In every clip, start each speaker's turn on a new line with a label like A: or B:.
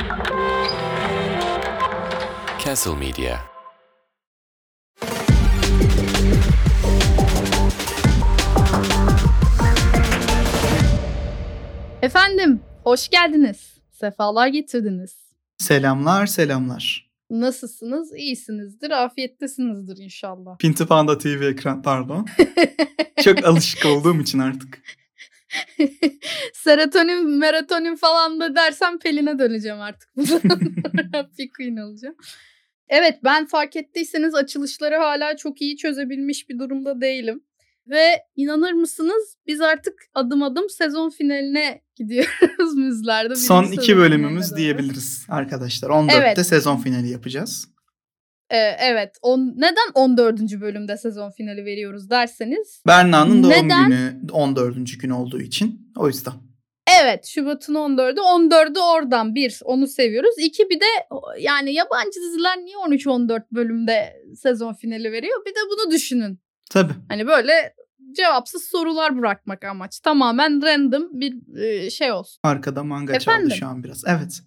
A: Castle Media.
B: Efendim, hoş geldiniz. Sefalar getirdiniz.
C: Selamlar, selamlar.
B: Nasılsınız? İyisinizdir, afiyettesinizdir inşallah.
C: Pinti Panda TV ekran, pardon. Çok alışık olduğum için artık.
B: Serotonin, melatonin falan da dersem Pelin'e döneceğim artık. Happy Queen olacağım. Evet, ben fark ettiyseniz açılışları hala çok iyi çözebilmiş bir durumda değilim. Ve inanır mısınız biz artık adım adım sezon finaline gidiyoruz müzlerde.
C: Son 2 bölümümüz diyebiliriz arkadaşlar. 14'te evet. Sezon finali yapacağız.
B: Evet. Neden 14. bölümde sezon finali veriyoruz derseniz.
C: Berna'nın doğum günü 14. gün olduğu için. O yüzden.
B: Evet. Şubat'ın 14'ü. 14'ü oradan. Bir, onu seviyoruz. İki, bir de yani yabancı diziler niye 13-14 bölümde sezon finali veriyor? Bir de bunu düşünün.
C: Tabii.
B: Hani böyle cevapsız sorular bırakmak amaç. Tamamen random bir şey olsun.
C: Arkada manga çaldı şu an biraz. Evet.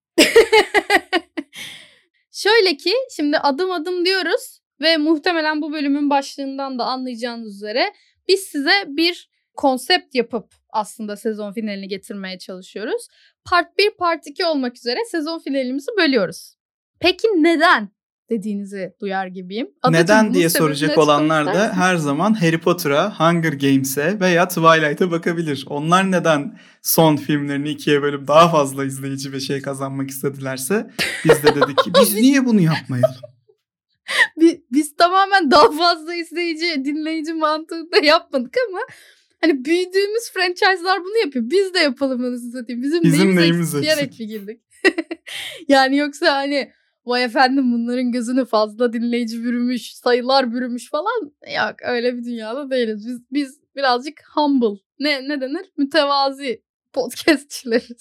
B: Şöyle ki şimdi adım adım diyoruz ve muhtemelen bu bölümün başlığından da anlayacağınız üzere biz size bir konsept yapıp aslında sezon finalini getirmeye çalışıyoruz. Part 1, Part 2 olmak üzere sezon finalimizi bölüyoruz. Peki neden dediğinizi duyar gibiyim.
C: Neden diye soracak olanlar da her zaman Harry Potter'a, Hunger Games'e veya Twilight'a bakabilir. Onlar neden son filmlerini 2'ye bölüp daha fazla izleyici ve şey kazanmak istedilerse biz de dedik ki biz niye bunu yapmayalım?
B: Biz tamamen daha fazla izleyici, dinleyici mantığında yapmadık ama hani büyüdüğümüz franchise'lar bunu yapıyor. Biz de yapalım onu satayım. Bizim neyimiz diyerek bir girdik. Yani yoksa hani vay efendim bunların gözünü fazla dinleyici bürümüş, sayılar bürümüş falan. Yok öyle bir dünyada değiliz. Biz birazcık humble. Ne denir? Mütevazi podcastçileriz.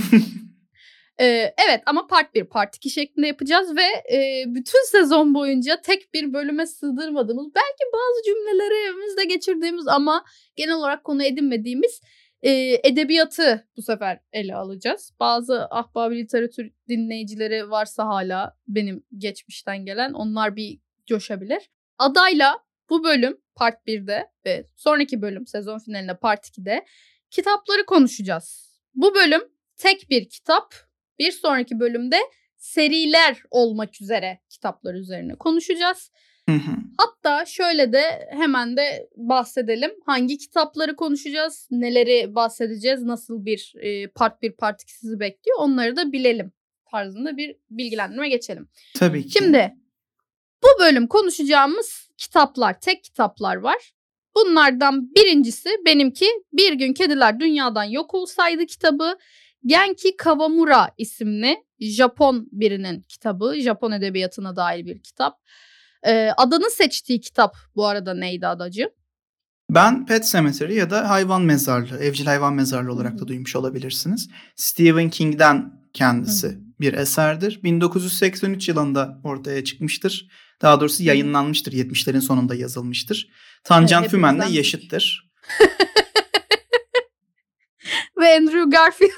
B: Evet ama part 1, part 2 şeklinde yapacağız ve bütün sezon boyunca tek bir bölüme sığdırmadığımız, belki bazı cümlelerimizde geçirdiğimiz ama genel olarak konu edinmediğimiz edebiyatı bu sefer ele alacağız. Bazı ahbab literatür dinleyicileri varsa hala benim geçmişten gelen, onlar bir coşabilir. Adayla bu bölüm part 1'de ve sonraki bölüm sezon finalinde part 2'de kitapları konuşacağız. Bu bölüm tek bir kitap, bir sonraki bölümde seriler olmak üzere kitaplar üzerine konuşacağız. Hatta şöyle de hemen de bahsedelim. Hangi kitapları konuşacağız, neleri bahsedeceğiz, nasıl bir part 1, part 2 sizi bekliyor onları da bilelim tarzında bir bilgilendirme geçelim.
C: Tabii ki.
B: Şimdi bu bölüm konuşacağımız kitaplar, tek kitaplar var. Bunlardan birincisi benimki Bir Gün Kediler Dünyadan Yok Olsaydı kitabı. Genki Kawamura isimli Japon birinin kitabı. Japon edebiyatına dair bir kitap. Adanın seçtiği kitap bu arada neydi adacığım?
C: Ben Pet Sematary ya da hayvan mezarlığı, evcil hayvan mezarlığı olarak da duymuş olabilirsiniz. Stephen King'den kendisi bir eserdir. 1983 yılında ortaya çıkmıştır. Daha doğrusu yayınlanmıştır. 70'lerin sonunda yazılmıştır. Tancan Fümen'le yaşıttır.
B: Ve Andrew Garfield.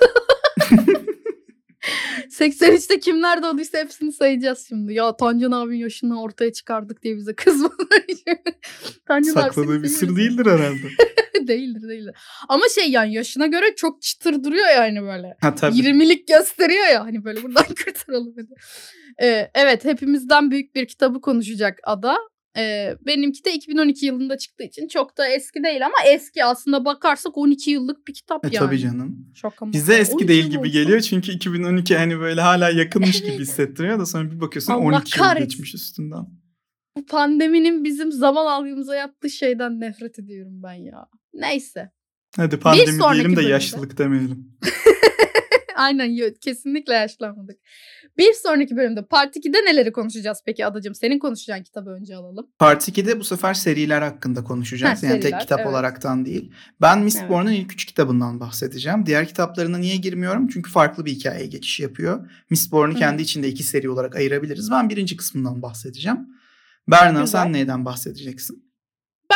B: 83'te kimler doğduysa hepsini sayacağız şimdi. Ya Tancan abinin yaşını ortaya çıkardık diye bize kızmalar.
C: Sakladığı bir sır değildir herhalde.
B: Değildir. Ama yani yaşına göre çok çıtır duruyor yani böyle.
C: Ha, tabii.
B: 20'lik gösteriyor ya hani böyle buradan kurtaralım. Evet, hepimizden büyük bir kitabı konuşacak Ada. Benimki de 2012 yılında çıktığı için çok da eski değil ama eski aslında bakarsak 12 yıllık bir kitap yani.
C: Tabii canım.
B: Şaka
C: bize eski değil gibi geliyor çünkü 2012 hani böyle hala yakınmış gibi hissettiriyor da sonra bir bakıyorsun Allah 12 yıl geçmiş üstünden.
B: Bu pandeminin bizim zaman algımıza yaptığı şeyden nefret ediyorum ben ya. Neyse.
C: Hadi pandemi diyelim de yaşlılık demeyelim.
B: Aynen, kesinlikle yaşlanmadık. Bir sonraki bölümde Part 2'de neleri konuşacağız peki adacığım? Senin konuşacağın kitabı önce alalım.
C: Part 2'de bu sefer seriler hakkında konuşacağız. Yani seriler, tek kitap olaraktan değil. Ben Mistborn'un ilk 3 kitabından bahsedeceğim. Diğer kitaplarına niye girmiyorum? Çünkü farklı bir hikayeye geçiş yapıyor. Mistborn'u kendi içinde 2 seri olarak ayırabiliriz. Ben birinci kısmından bahsedeceğim. Berna sen neyden bahsedeceksin?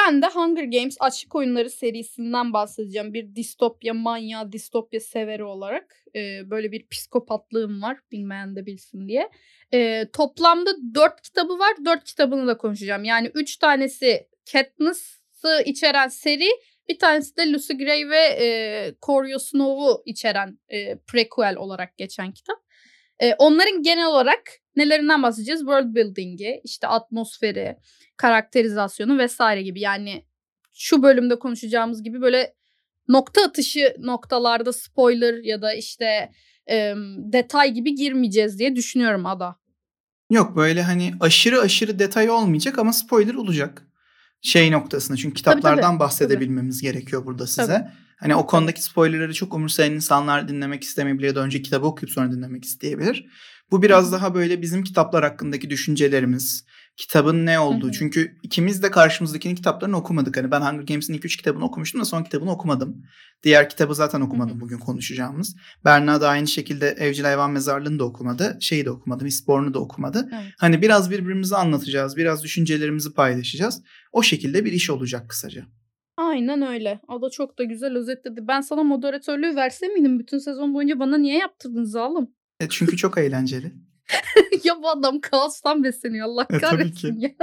B: Ben de Hunger Games Açlık Oyunları serisinden bahsedeceğim. Bir distopya manyağı, distopya severi olarak. Böyle bir psikopatlığım var. Bilmeyen de bilsin diye. Toplamda 4 kitabı var. 4 kitabını da konuşacağım. Yani 3 tanesi Katniss'ı içeren seri. Bir tanesi de Lucy Gray ve Corio Snow'u içeren prequel olarak geçen kitap. Onların genel olarak nelerinden bahsedeceğiz? World building'i, işte atmosferi, karakterizasyonu vesaire gibi. Yani şu bölümde konuşacağımız gibi böyle nokta atışı noktalarda spoiler ya da işte detay gibi girmeyeceğiz diye düşünüyorum Ada.
C: Yok böyle hani aşırı detay olmayacak ama spoiler olacak. Şey noktasında çünkü kitaplardan bahsedebilmemiz gerekiyor burada size. Tabii. Hani o konudaki spoilerları çok umursayan insanlar dinlemek istemeyebilir ya da önce kitabı okuyup sonra dinlemek isteyebilir. Bu biraz daha böyle bizim kitaplar hakkındaki düşüncelerimiz, kitabın ne olduğu. Çünkü ikimiz de karşımızdakinin kitaplarını okumadık. Hani ben Hunger Games'in ilk 3 kitabını okumuştum da son kitabını okumadım. Diğer kitabı zaten okumadım bugün konuşacağımız. Berna da aynı şekilde Evcil Hayvan Mezarlığı'nı da okumadı. Şeyi de okumadı, Mistborn'u da okumadı. Evet. Hani biraz birbirimize anlatacağız, biraz düşüncelerimizi paylaşacağız. O şekilde bir iş olacak kısaca.
B: Aynen öyle. O da çok da güzel özetledi. Ben sana moderatörlüğü verse miydim? Bütün sezon boyunca bana niye yaptırdın zalim?
C: Çünkü çok eğlenceli.
B: Ya bu adam kaostan besleniyor. Allah kahretsin ya.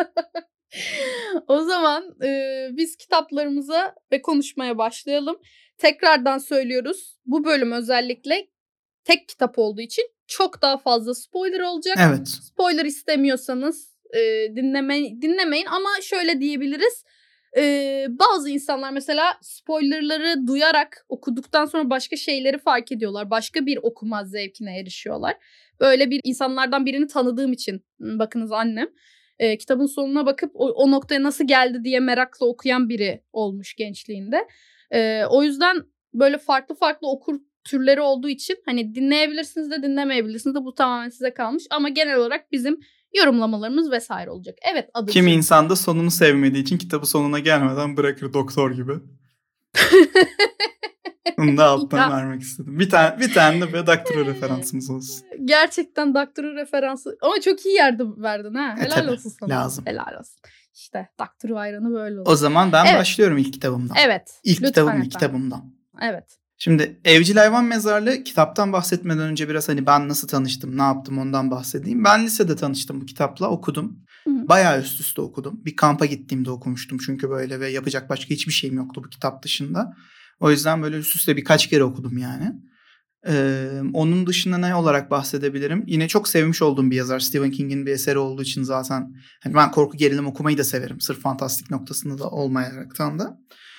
B: O zaman biz kitaplarımıza ve konuşmaya başlayalım. Tekrardan söylüyoruz. Bu bölüm özellikle tek kitap olduğu için çok daha fazla spoiler olacak.
C: Evet.
B: Spoiler istemiyorsanız dinlemeyin ama şöyle diyebiliriz. Bazı insanlar mesela spoilerları duyarak okuduktan sonra başka şeyleri fark ediyorlar. Başka bir okuma zevkine erişiyorlar. Böyle bir insanlardan birini tanıdığım için, bakınız annem, kitabın sonuna bakıp o noktaya nasıl geldi diye merakla okuyan biri olmuş gençliğinde. O yüzden böyle farklı okur türleri olduğu için hani dinleyebilirsiniz de dinlemeyebilirsiniz de bu tamamen size kalmış. Ama genel olarak bizim yorumlamalarımız vesaire olacak. Evet adı.
C: Kimi insan da sonunu sevmediği için kitabı sonuna gelmeden bırakır doktor gibi. Onu da alttan vermek istedim. Bir tane de böyle doktora referansımız olsun.
B: Gerçekten doktora referansı. Ama çok iyi yerde verdin ha. Helal olsun sana.
C: Lazım.
B: Helal olsun. İşte doktor hayranı böyle olur.
C: O zaman ben başlıyorum ilk kitabımdan.
B: Evet.
C: İlk kitabımdan.
B: Evet.
C: Şimdi Evcil Hayvan Mezarlığı kitaptan bahsetmeden önce biraz hani ben nasıl tanıştım, ne yaptım ondan bahsedeyim. Ben lisede tanıştım bu kitapla, okudum. Bayağı üst üste okudum. Bir kampa gittiğimde okumuştum çünkü böyle ve yapacak başka hiçbir şeyim yoktu bu kitap dışında. O yüzden böyle üst üste birkaç kere okudum yani. Onun dışında ne olarak bahsedebilirim? Yine çok sevmiş olduğum bir yazar. Stephen King'in bir eseri olduğu için zaten hani ben korku gerilim okumayı da severim. Sırf fantastik noktasında da olmayaraktan da.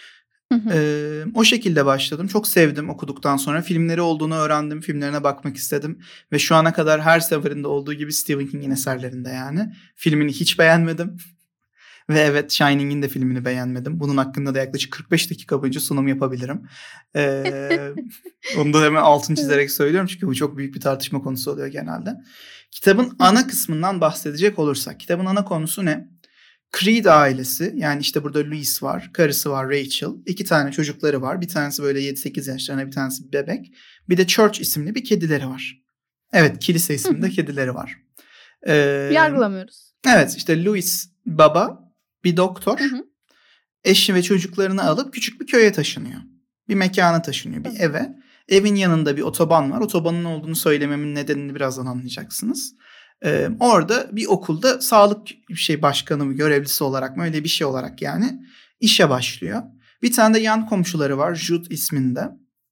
C: O şekilde başladım. Çok sevdim okuduktan sonra. Filmleri olduğunu öğrendim. Filmlerine bakmak istedim. Ve şu ana kadar her seferinde olduğu gibi Stephen King'in eserlerinde yani. Filmini hiç beğenmedim. Ve evet Shining'in de filmini beğenmedim. Bunun hakkında da yaklaşık 45 dakika boyunca sunum yapabilirim. Onu da hemen altını çizerek söylüyorum. Çünkü bu çok büyük bir tartışma konusu oluyor genelde. Kitabın ana kısmından bahsedecek olursak. Kitabın ana konusu ne? Creed ailesi, yani işte burada Louis var, karısı var Rachel, 2 tane çocukları var. Bir tanesi böyle 7-8 yaşlarında, bir tanesi bebek. Bir de Church isimli bir kedileri var. Evet, kilise isminde kedileri var.
B: Yargılamıyoruz.
C: Evet, işte Louis baba, bir doktor, eşi ve çocuklarını alıp küçük bir köye taşınıyor. Bir mekana taşınıyor, bir eve. Evin yanında bir otoban var. Otobanın olduğunu söylememin nedenini birazdan anlayacaksınız. Orada bir okulda sağlık başkanı mı görevlisi olarak mı öyle bir şey olarak yani işe başlıyor. Bir tane de yan komşuları var Jude isminde.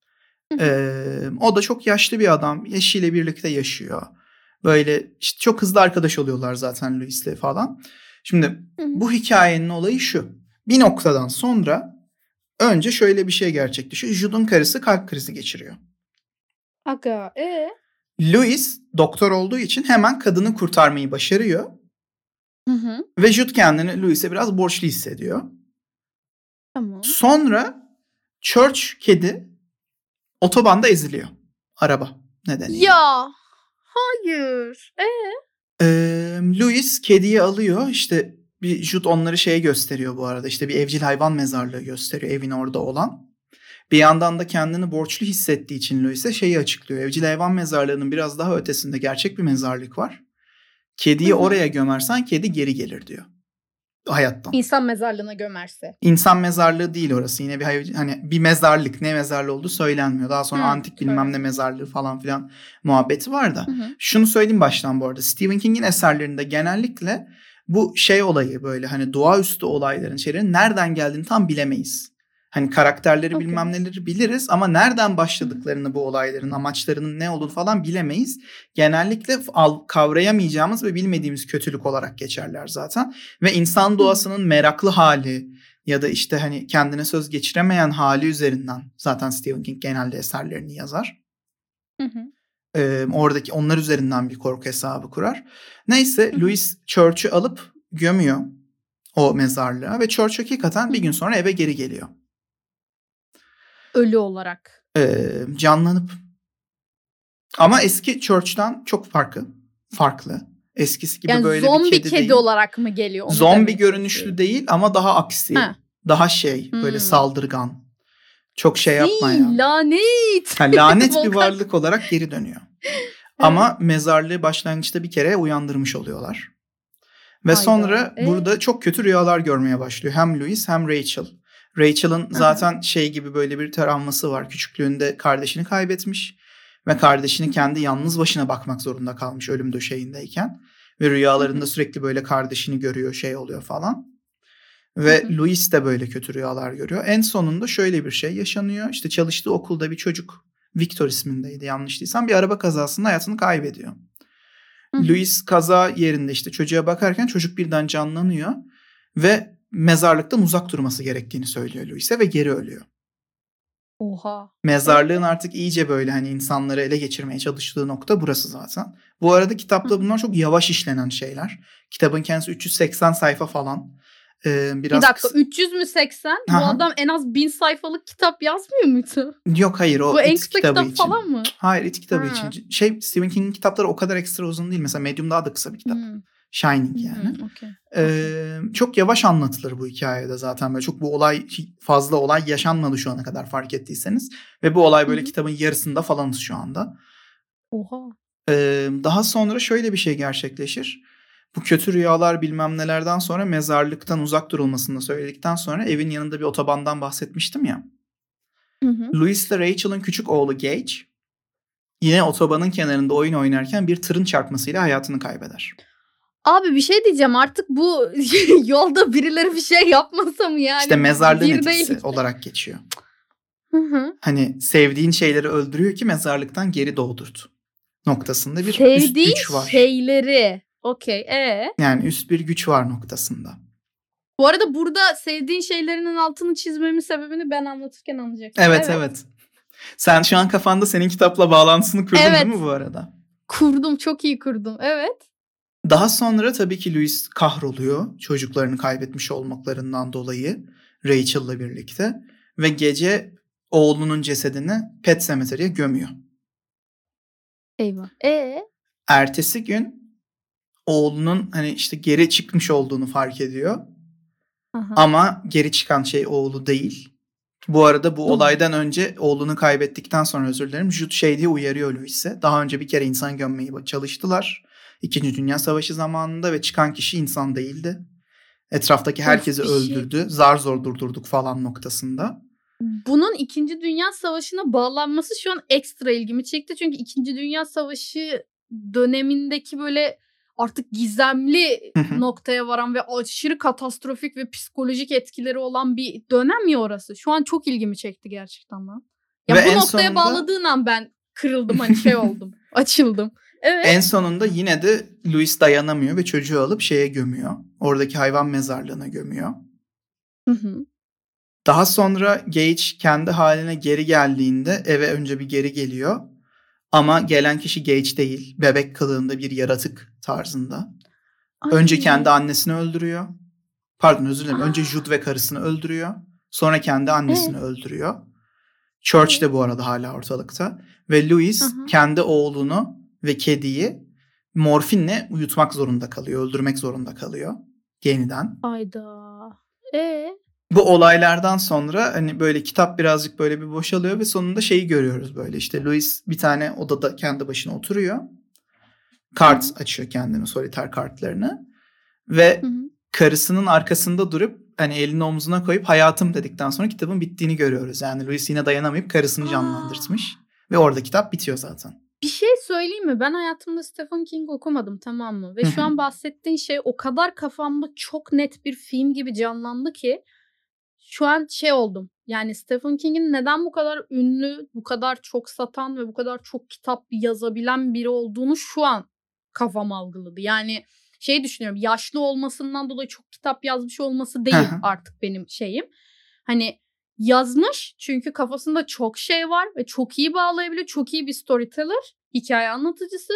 C: O da çok yaşlı bir adam, eşiyle birlikte yaşıyor. Böyle işte çok hızlı arkadaş oluyorlar zaten Louis'le falan. Şimdi bu hikayenin olayı şu. Bir noktadan sonra önce şöyle bir şey gerçekleşiyor. Jude'un karısı kalp krizi geçiriyor.
B: Aga
C: Louis doktor olduğu için hemen kadını kurtarmayı başarıyor. Ve Jude kendini Louis'e biraz borçlu hissediyor.
B: Tamam.
C: Sonra Church kedi otobanda eziliyor. Araba nedeniyle.
B: Ya hayır.
C: Louis kediyi alıyor. İşte bir Jude onları şeye gösteriyor bu arada. İşte bir evcil hayvan mezarlığı gösteriyor evin orada olan. Bir yandan da kendini borçlu hissettiği için Louis'e şeyi açıklıyor. Evcil hayvan mezarlığının biraz daha ötesinde gerçek bir mezarlık var. Kediyi oraya gömersen kedi geri gelir diyor. hayattan.
B: İnsan mezarlığına gömerse.
C: İnsan mezarlığı değil orası. Yine bir mezarlık, ne mezarlığı olduğu söylenmiyor. Daha sonra antik bilmem ne mezarlığı falan filan muhabbeti var da. Şunu söyleyeyim baştan bu arada. Stephen King'in eserlerinde genellikle bu olayı böyle hani doğaüstü olayların şeylerin nereden geldiğini tam bilemeyiz. Hani karakterleri bilmem neleri biliriz ama nereden başladıklarını, bu olayların amaçlarının ne olduğunu falan bilemeyiz. Genellikle kavrayamayacağımız ve bilmediğimiz kötülük olarak geçerler zaten. Ve insan doğasının meraklı hali ya da işte hani kendine söz geçiremeyen hali üzerinden zaten Stephen King genelde eserlerini yazar. Oradaki onlar üzerinden bir korku hesabı kurar. Neyse Louis Church'ü alıp gömüyor o mezarlığa ve Church hakikaten bir gün sonra eve geri geliyor.
B: Ölü olarak.
C: Canlanıp. Ama eski Church'tan çok farklı. Eskisi gibi yani böyle
B: zombi
C: bir kedi değil.
B: olarak mı geliyor? Onu
C: zombi görünüşlü değil ama daha aksi. Daha böyle saldırgan. Çok yapma ya.
B: Lanet.
C: Lanet bir varlık olarak geri dönüyor. Ama mezarlığı başlangıçta bir kere uyandırmış oluyorlar. Ve sonra burada çok kötü rüyalar görmeye başlıyor. Hem Louis hem Rachel. Rachel'ın zaten gibi böyle bir travması var. Küçüklüğünde kardeşini kaybetmiş. Ve kardeşini kendi yalnız başına bakmak zorunda kalmış ölüm döşeğindeyken. Ve rüyalarında sürekli böyle kardeşini görüyor, oluyor falan. Ve Louis de böyle kötü rüyalar görüyor. En sonunda şöyle bir şey yaşanıyor. İşte çalıştığı okulda bir çocuk, Victor ismindeydi yanlış değilsem, bir araba kazasında hayatını kaybediyor. Louis kaza yerinde işte çocuğa bakarken çocuk birden canlanıyor. Ve mezarlıktan uzak durması gerektiğini söylüyor Louis'e ve geri ölüyor.
B: Oha.
C: Mezarlığın artık iyice böyle hani insanları ele geçirmeye çalıştığı nokta burası zaten. Bu arada kitapta bunlar çok yavaş işlenen şeyler. Kitabın kendisi 380 sayfa falan.
B: Bir dakika 300 mü 80? Bu adam en az 1000 sayfalık kitap yazmıyor muydu?
C: Yok hayır, o
B: bu en kısa
C: kitabı
B: kitap
C: için.
B: Falan mı?
C: Hayır, it kitabı için. Stephen King'in kitapları o kadar ekstra uzun değil. Mesela Medium daha da kısa bir kitap. Shining yani. Çok yavaş anlatılır bu hikayede zaten. Böyle çok fazla olay yaşanmadı şu ana kadar fark ettiyseniz. Ve bu olay böyle kitabın yarısında falanız şu anda.
B: Oha.
C: Daha sonra şöyle bir şey gerçekleşir. Bu kötü rüyalar bilmem nelerden sonra mezarlıktan uzak durulmasını söyledikten sonra evin yanında bir otobandan bahsetmiştim ya. Louis ile Rachel'ın küçük oğlu Gage yine otobanın kenarında oyun oynarken bir tırın çarpmasıyla hayatını kaybeder.
B: Abi bir şey diyeceğim, artık bu yolda birileri bir şey yapmasa mı yani?
C: İşte mezarlığın etkisi olarak geçiyor. Hani sevdiğin şeyleri öldürüyor ki mezarlıktan geri doğdurt noktasında bir üst güç var.
B: Sevdiğin şeyleri. Okey.
C: Yani üst bir güç var noktasında.
B: Bu arada burada sevdiğin şeylerinin altını çizmemin sebebini ben anlatırken anlayacaksın.
C: Evet. Sen şu an kafanda senin kitapla bağlantısını kurdun değil mi bu arada?
B: Kurdum, çok iyi kurdum. Evet.
C: Daha sonra tabii ki Louis kahroluyor çocuklarını kaybetmiş olmaklarından dolayı Rachel'la birlikte ve gece oğlunun cesedini Pet Cemetery'e gömüyor.
B: Eyvah.
C: Ertesi gün oğlunun hani işte geri çıkmış olduğunu fark ediyor. Ama geri çıkan şey oğlu değil. Bu arada bu olaydan önce oğlunu kaybettikten sonra Jude diye uyarıyor Louis'e. Daha önce bir kere insan gömmeyi çalıştılar. 2. Dünya Savaşı zamanında ve çıkan kişi insan değildi. Etraftaki herkesi öldürdü. Zar zor durdurduk falan noktasında.
B: Bunun 2. Dünya Savaşı'na bağlanması şu an ekstra ilgimi çekti. Çünkü 2. Dünya Savaşı dönemindeki böyle artık gizemli noktaya varan ve aşırı katastrofik ve psikolojik etkileri olan bir dönem ya orası. Şu an çok ilgimi çekti gerçekten lan. Ya ve bu noktaya bağladığın an ben kırıldım, hani oldum. Açıldım. Evet.
C: En sonunda yine de Louis dayanamıyor ve çocuğu alıp gömüyor. Oradaki hayvan mezarlığına gömüyor. Daha sonra Gage kendi haline geri geldiğinde eve önce bir geri geliyor. Ama gelen kişi Gage değil. Bebek kılığında bir yaratık tarzında. Önce kendi annesini öldürüyor. Pardon, özür dilerim. Önce Jude ve karısını öldürüyor. Sonra kendi annesini öldürüyor. Church de bu arada hala ortalıkta. Ve Louis kendi oğlunu ve kediyi morfinle uyutmak zorunda kalıyor. Öldürmek zorunda kalıyor. Yeniden.
B: Ayda.
C: Bu olaylardan sonra hani böyle kitap birazcık böyle bir boşalıyor ve sonunda görüyoruz böyle. İşte Louis bir tane odada kendi başına oturuyor. Kart açıyor kendine, soliter kartlarını. Ve karısının arkasında durup hani elini omzuna koyup hayatım dedikten sonra kitabın bittiğini görüyoruz. Yani Lewis yine dayanamayıp karısını canlandırtmış ve orada kitap bitiyor zaten.
B: Bir şey söyleyeyim mi? Ben hayatımda Stephen King okumadım, tamam mı? Ve şu an bahsettiğin şey o kadar kafamda çok net bir film gibi canlandı ki şu an oldum. Yani Stephen King'in neden bu kadar ünlü, bu kadar çok satan ve bu kadar çok kitap yazabilen biri olduğunu şu an kafam algıladı. Yani düşünüyorum, yaşlı olmasından dolayı çok kitap yazmış olması değil artık benim şeyim. Hani yazmış çünkü kafasında çok şey var ve çok iyi bağlayabiliyor. Çok iyi bir storyteller, hikaye anlatıcısı.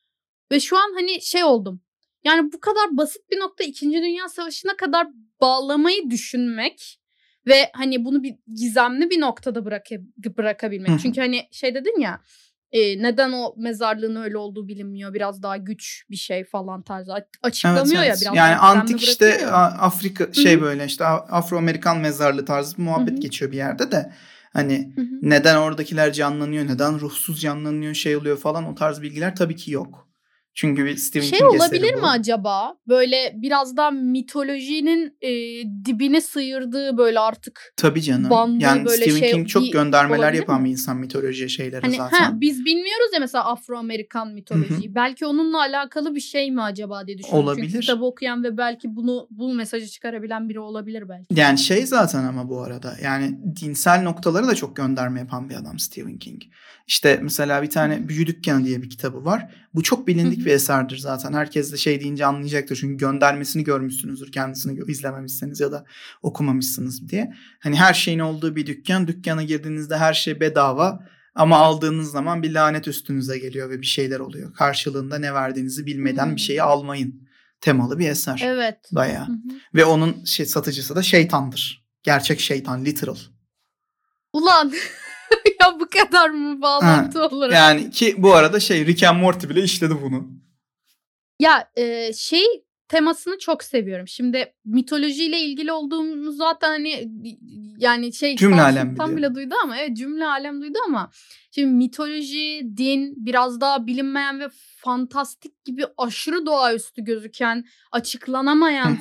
B: Ve şu an hani oldum. Yani bu kadar basit bir nokta 2. Dünya Savaşı'na kadar bağlamayı düşünmek ve hani bunu bir gizemli bir noktada bırakabilmek. Çünkü hani dedin ya, neden o mezarlığın öyle olduğu bilinmiyor. Biraz daha güç bir şey falan tarzı açıklamıyor ya. Biraz
C: yani antik
B: ya.
C: Afrika böyle Afro-Amerikan mezarlığı tarzı bir muhabbet geçiyor bir yerde de. Hani neden oradakiler canlanıyor, neden ruhsuz canlanıyor, oluyor falan, o tarz bilgiler tabii ki yok. Çünkü bir Stephen King eseri
B: olabilir mi acaba? Böyle biraz daha mitolojinin dibine sıyırdığı böyle artık.
C: Tabii canım. Yani Stephen King çok göndermeler yapan bir insan mitolojiye şeylere zaten.
B: Biz bilmiyoruz ya mesela Afro-Amerikan mitolojiyi. Belki onunla alakalı bir şey mi acaba diye düşünüyorum.
C: Olabilir.
B: Çünkü kitabı okuyan ve belki bu mesajı çıkarabilen biri olabilir belki.
C: Yani zaten ama bu arada yani dinsel noktaları da çok gönderme yapan bir adam Stephen King. İşte mesela bir tane Büyü Dükkanı diye bir kitabı var. Bu çok bilindik bir eserdir zaten. Herkes de deyince anlayacaktır. Çünkü göndermesini görmüşsünüzdür. Kendisini izlememişseniz ya da okumamışsınız diye. Hani her şeyin olduğu bir dükkan. Dükkana girdiğinizde her şey bedava. Ama aldığınız zaman bir lanet üstünüze geliyor ve bir şeyler oluyor. Karşılığında ne verdiğinizi bilmeden bir şeyi almayın. Temalı bir eser.
B: Evet.
C: Bayağı. Ve onun satıcısı da şeytandır. Gerçek şeytan, literal.
B: Ulan ya bu kadar mı bağlantı olarak?
C: Yani ki bu arada Rick and Morty bile işledi bunu.
B: Ya temasını çok seviyorum. Şimdi mitolojiyle ilgili olduğumuz zaten hani yani
C: cümle alem biliyor.
B: bile duydu ama cümle alem duydu ama şimdi mitoloji, din biraz daha bilinmeyen ve fantastik gibi aşırı doğaüstü gözüken, açıklanamayan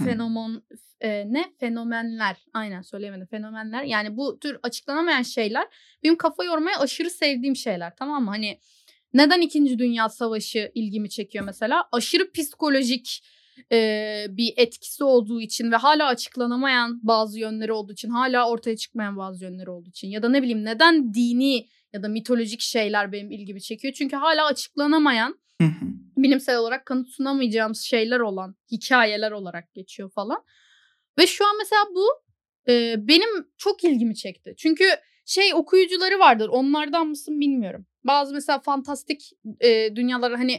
B: fenomenler. Aynen söyleyemedim, fenomenler. Yani bu tür açıklanamayan şeyler benim kafa yormaya aşırı sevdiğim şeyler, tamam mı? Hani neden 2. Dünya Savaşı ilgimi çekiyor mesela? Aşırı psikolojik bir etkisi olduğu için ve hala açıklanamayan bazı yönleri olduğu için, hala ortaya çıkmayan bazı yönleri olduğu için, ya da ne bileyim neden dini ya da mitolojik şeyler benim ilgimi çekiyor? Çünkü hala açıklanamayan, bilimsel olarak kanıt sunamayacağımız şeyler olan hikayeler olarak geçiyor falan. Ve şu an mesela bu benim çok ilgimi çekti. Çünkü okuyucuları vardır. Onlardan mısın bilmiyorum. Bazı mesela fantastik dünyalara hani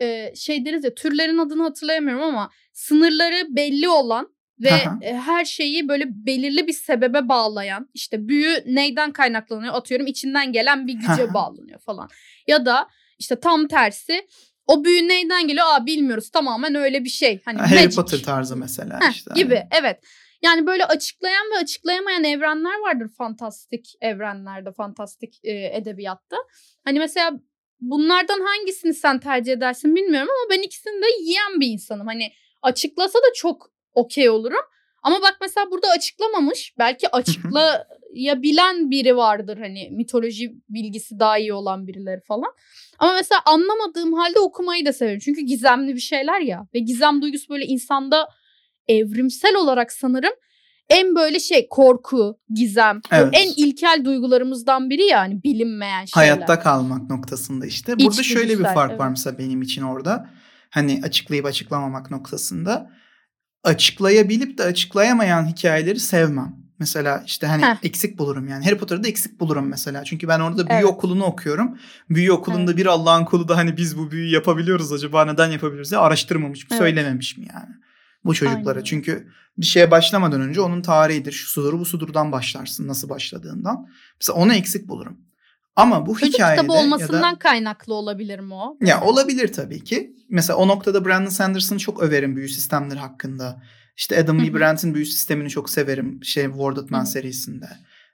B: deriz ya, türlerin adını hatırlayamıyorum ama sınırları belli olan ve her şeyi böyle belirli bir sebebe bağlayan, işte büyü neyden kaynaklanıyor, atıyorum içinden gelen bir güce bağlanıyor falan. Ya da işte tam tersi, o büyü neyden geliyor bilmiyoruz, tamamen öyle bir şey. Hani
C: Harry Potter tarzı mesela
B: gibi evet. Yani böyle açıklayan ve açıklayamayan evrenler vardır fantastik evrenlerde, fantastik edebiyatta. Hani mesela bunlardan hangisini sen tercih edersin bilmiyorum ama ben ikisini de yiyen bir insanım. Hani açıklasa da çok okey olurum. Ama bak mesela burada açıklamamış. Belki açıklayabilen biri vardır, hani mitoloji bilgisi daha iyi olan birileri falan. Ama mesela anlamadığım halde okumayı da severim. Çünkü gizemli bir şeyler ya. Ve gizem duygusu böyle insanda evrimsel olarak sanırım en böyle korku, gizem, en ilkel duygularımızdan biri, yani bilinmeyen şeyler.
C: Hayatta kalmak noktasında işte. Burada şöyle bir fark var mesela benim için orada. Hani açıklayıp açıklamamak noktasında. Açıklayabilip de açıklayamayan hikayeleri sevmem. Mesela işte hani eksik bulurum yani. Harry Potter'da eksik bulurum mesela. Çünkü ben orada büyü okulunu okuyorum. Büyü okulunda bir Allah'ın kulu da hani biz bu büyüyü yapabiliyoruz, acaba neden yapabiliyoruz diye araştırmamış mı, söylememiş mi yani bu çocuklara. Aynen. Çünkü bir şeye başlamadan önce onun tarihidir, şu sudur bu sudurdan başlarsın, nasıl başladığından. Mesela onu eksik bulurum. Ama bu
B: çocuk
C: hikayede
B: kitabı olmasından kaynaklı olabilir mi o?
C: Ya olabilir tabii ki. Mesela o noktada Brandon Sanderson'ı çok överim büyü sistemleri hakkında. İşte Adam Lee Brandt'in büyü sistemini çok severim. Warded Man serisinde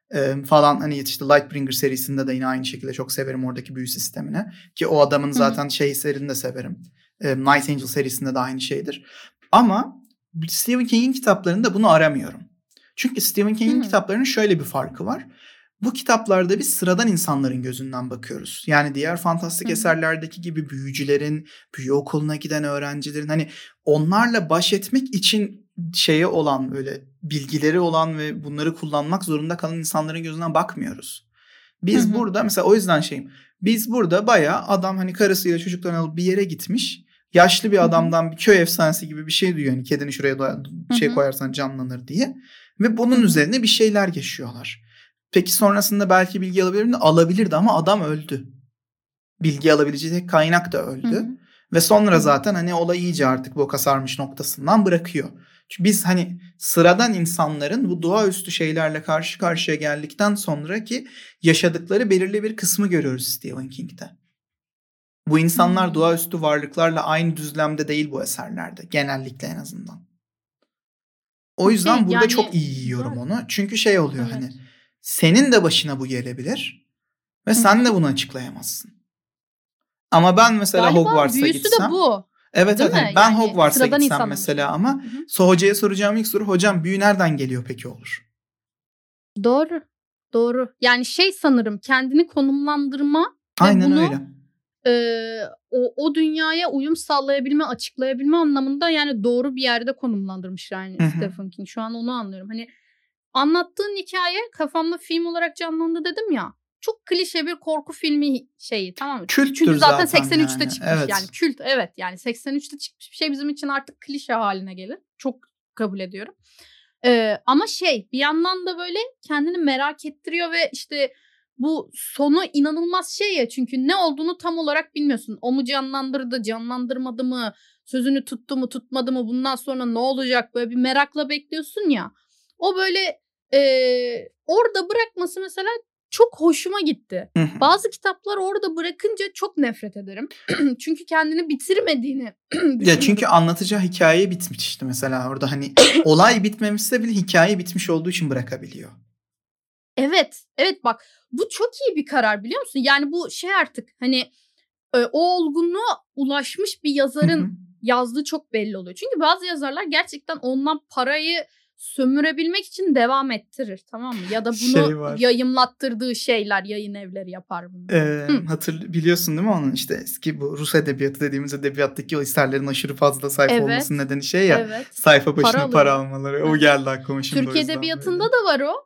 C: falan, hani işte Lightbringer serisinde de yine aynı şekilde çok severim oradaki büyü sistemini. Ki o adamın zaten serini de severim. Night Angel serisinde de aynı şeydir. Ama Stephen King'in kitaplarında bunu aramıyorum. Çünkü Stephen King'in
B: Hı.
C: kitaplarının şöyle bir farkı var. Bu kitaplarda biz sıradan insanların gözünden bakıyoruz. Yani diğer fantastik
B: Hı hı.
C: eserlerdeki gibi büyücülerin, büyü okuluna giden öğrencilerin hani onlarla baş etmek için şeye olan böyle bilgileri olan ve bunları kullanmak zorunda kalan insanların gözünden bakmıyoruz. Biz
B: Hı hı.
C: burada mesela o yüzden biz burada bayağı adam hani karısıyla çocuklarını alıp bir yere gitmiş. Yaşlı bir
B: Hı hı.
C: adamdan bir köy efsanesi gibi bir şey duyuyor. Hani kedini şuraya
B: Hı
C: şey
B: hı.
C: koyarsan canlanır diye. Ve
B: Hı
C: bunun
B: hı.
C: üzerine bir şeyler yaşıyorlar. Peki sonrasında belki bilgi alabilir mi? Alabilirdi ama adam öldü. Bilgi alabileceği tek kaynak da
B: Hı
C: öldü.
B: hı.
C: Ve
B: Hı
C: sonra
B: hı.
C: zaten hani olay iyice artık boka sarmış noktasından bırakıyor. Çünkü biz hani sıradan insanların bu doğaüstü şeylerle karşı karşıya geldikten sonraki yaşadıkları belirli bir kısmı görüyoruz Stephen King'de. Bu insanlar
B: Hmm.
C: doğaüstü varlıklarla aynı düzlemde değil bu eserlerde. Genellikle en azından. O yüzden
B: Okey,
C: burada çok
B: yani
C: iyi yiyorum
B: güzel.
C: onu. Çünkü şey oluyor
B: Evet.
C: hani senin de başına bu gelebilir ve
B: Hı
C: sen de
B: hı.
C: bunu açıklayamazsın. Ama ben mesela
B: Galiba
C: Hogwarts'a
B: büyüsü de
C: gitsem
B: bu.
C: evet
B: Değil
C: evet
B: mi?
C: hani ben
B: Yani
C: Hogwarts'a
B: sıradan
C: gitsem
B: insanın
C: mesela
B: şeyi.
C: ama
B: Hı hı.
C: hocaya soracağım ilk soru hocam büyü nereden geliyor peki olur.
B: Doğru. Doğru. Yani sanırım kendini konumlandırma ve
C: Aynen
B: bunu
C: öyle.
B: o dünyaya uyum sağlayabilme, açıklayabilme anlamında yani doğru bir yerde konumlandırmış yani
C: Hı hı.
B: Stephen King. Şu an onu anlıyorum. Hani anlattığın hikaye kafamda film olarak canlandı dedim ya. Çok klişe bir korku filmi tamam mı?
C: Külttür
B: Çünkü zaten
C: zaten
B: 83'te
C: yani.
B: çıkmış yani
C: Evet.
B: kült, evet, yani 83'te çıkmış bir şey bizim için artık klişe haline gelir. Çok kabul ediyorum. Ama bir yandan da böyle kendini merak ettiriyor ve işte bu sonu inanılmaz ya çünkü ne olduğunu tam olarak bilmiyorsun. O mu canlandırdı, canlandırmadı mı, sözünü tuttu mu, tutmadı mı, bundan sonra ne olacak, böyle bir merakla bekliyorsun ya. O böyle orada bırakması mesela çok hoşuma gitti.
C: Hı hı.
B: Bazı kitaplar orada bırakınca çok nefret ederim. Çünkü kendini bitirmediğini
C: Ya çünkü
B: düşünürüm.
C: anlatacağı hikaye bitmiş işte mesela orada hani olay bitmemişse bile hikaye bitmiş olduğu için bırakabiliyor.
B: Evet, evet, bak bu çok iyi bir karar, biliyor musun? Yani bu artık hani o olgunluğa ulaşmış bir
C: Hı hı.
B: yazarın yazdığı çok belli oluyor. Çünkü bazı yazarlar gerçekten ondan parayı sömürebilmek için devam ettirir, tamam mı? Ya da bunu
C: Var.
B: yayımlattırdığı yayın evleri yapar bunu. Hı,
C: Biliyorsun değil mi onun işte eski bu Rus edebiyatı dediğimiz edebiyattaki o eserlerin aşırı fazla sayfa olmasının
B: evet,
C: nedeni ya
B: evet.
C: sayfa
B: Para
C: başına para
B: alıyorlar.
C: almaları. O
B: Evet.
C: geldi aklıma şimdi o
B: Türk
C: yüzden böyle.
B: edebiyatında da var o.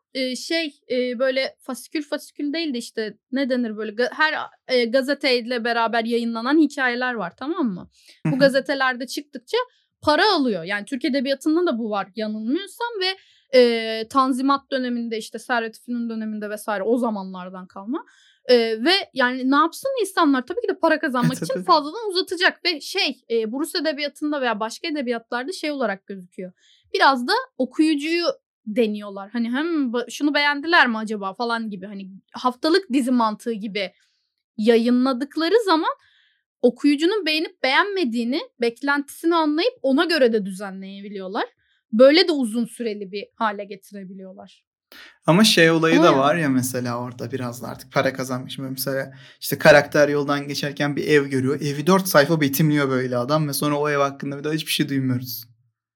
B: Böyle fasikül değil de işte ne denir, böyle her gazeteyle beraber yayınlanan hikayeler var, tamam mı?
C: Hı
B: Bu
C: hı.
B: gazetelerde çıktıkça para alıyor. Yani Türk edebiyatında da bu var yanılmıyorsam ve Tanzimat döneminde işte Servet Fünun döneminde vesaire o zamanlardan kalma. Ve yani ne yapsın insanlar? Tabii ki de para kazanmak için
C: Tabii.
B: fazladan uzatacak ve bu Rus edebiyatında veya başka edebiyatlarda olarak gözüküyor. Biraz da okuyucuyu deniyorlar. Hani hem şunu beğendiler mi acaba falan gibi, hani haftalık dizi mantığı gibi yayınladıkları zaman okuyucunun beğenip beğenmediğini, beklentisini anlayıp ona göre de düzenleyebiliyorlar. Böyle de uzun süreli bir hale getirebiliyorlar.
C: Ama olayı
B: Ama
C: da
B: yani
C: var ya mesela orada biraz da artık para kazanmış. Mesela işte karakter yoldan geçerken bir ev görüyor. Evi 4 sayfa betimliyor böyle adam ve sonra o ev hakkında bir daha hiçbir şey duymuyoruz.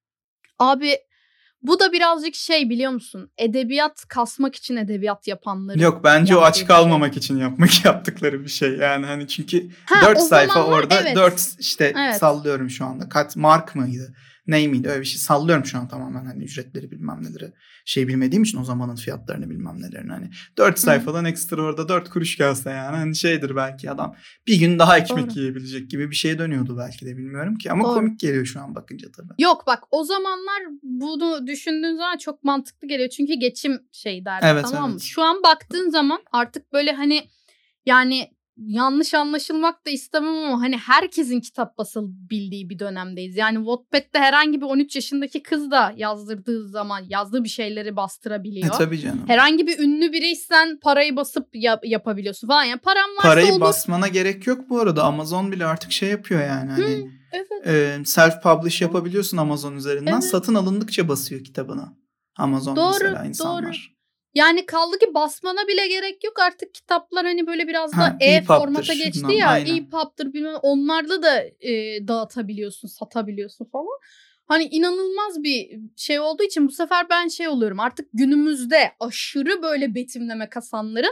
B: abi, bu da birazcık biliyor musun? Edebiyat kasmak için edebiyat yapanların
C: Yok bence o aç
B: yaptığı bir şey.
C: kalmamak için yaptıkları bir şey. Yani hani çünkü
B: Ha,
C: 4
B: o
C: sayfa
B: zamanlar
C: orada
B: evet.
C: 4 işte
B: Evet.
C: sallıyorum şu anda. Mark mıydı? Ney miydi? Öyle bir şey sallıyorum şu an tamamen hani ücretleri bilmem neleri bilmediğim için o zamanın fiyatlarını bilmem nelerini hani 4
B: Hı hı.
C: sayfadan ekstra orada 4 kuruş gelse yani hani belki adam bir gün daha ekmek
B: Doğru.
C: yiyebilecek gibi bir şeye dönüyordu belki de bilmiyorum ki ama
B: Doğru.
C: komik geliyor şu an bakınca tabii.
B: Yok bak, o zamanlar bunu düşündüğün zaman çok mantıklı geliyor. Çünkü geçim derdi,
C: Evet
B: tamam mı?
C: evet.
B: Şu an baktığın zaman artık böyle hani yani yanlış anlaşılmak da istemem ama hani herkesin kitap basabildiği bir dönemdeyiz. Yani Wattpad'de herhangi bir 13 yaşındaki kız da yazdırdığı zaman yazdığı bir şeyleri bastırabiliyor.
C: Tabii canım.
B: Herhangi bir ünlü biriysen parayı basıp yapabiliyorsun falan. Yani param varsa
C: Parayı
B: olur.
C: basmana gerek yok bu arada. Amazon bile artık yapıyor yani hani
B: Evet.
C: self-publish yapabiliyorsun Amazon üzerinden.
B: Evet.
C: Satın alındıkça basıyor kitabını. Amazon
B: Doğru,
C: mesela
B: doğru.
C: insanlar.
B: Yani kaldı ki basmana bile gerek yok. Artık kitaplar hani böyle biraz da
C: EPUB'dır
B: formata geçti
C: şundan
B: ya.
C: aynen.
B: EPUB'dır bilmem, onlarla da dağıtabiliyorsun, satabiliyorsun falan. hani inanılmaz bir şey olduğu için bu sefer ben şey oluyorum. Artık günümüzde aşırı böyle betimleme kasanların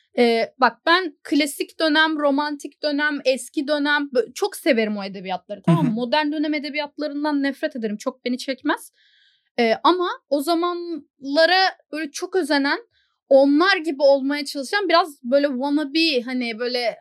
B: bak ben klasik dönem, romantik dönem, eski dönem çok severim o edebiyatları, tamam mı? Modern dönem edebiyatlarından nefret ederim. Çok beni çekmez. Ama o zamanlara böyle çok özenen, onlar gibi olmaya çalışan, biraz böyle wannabe, hani böyle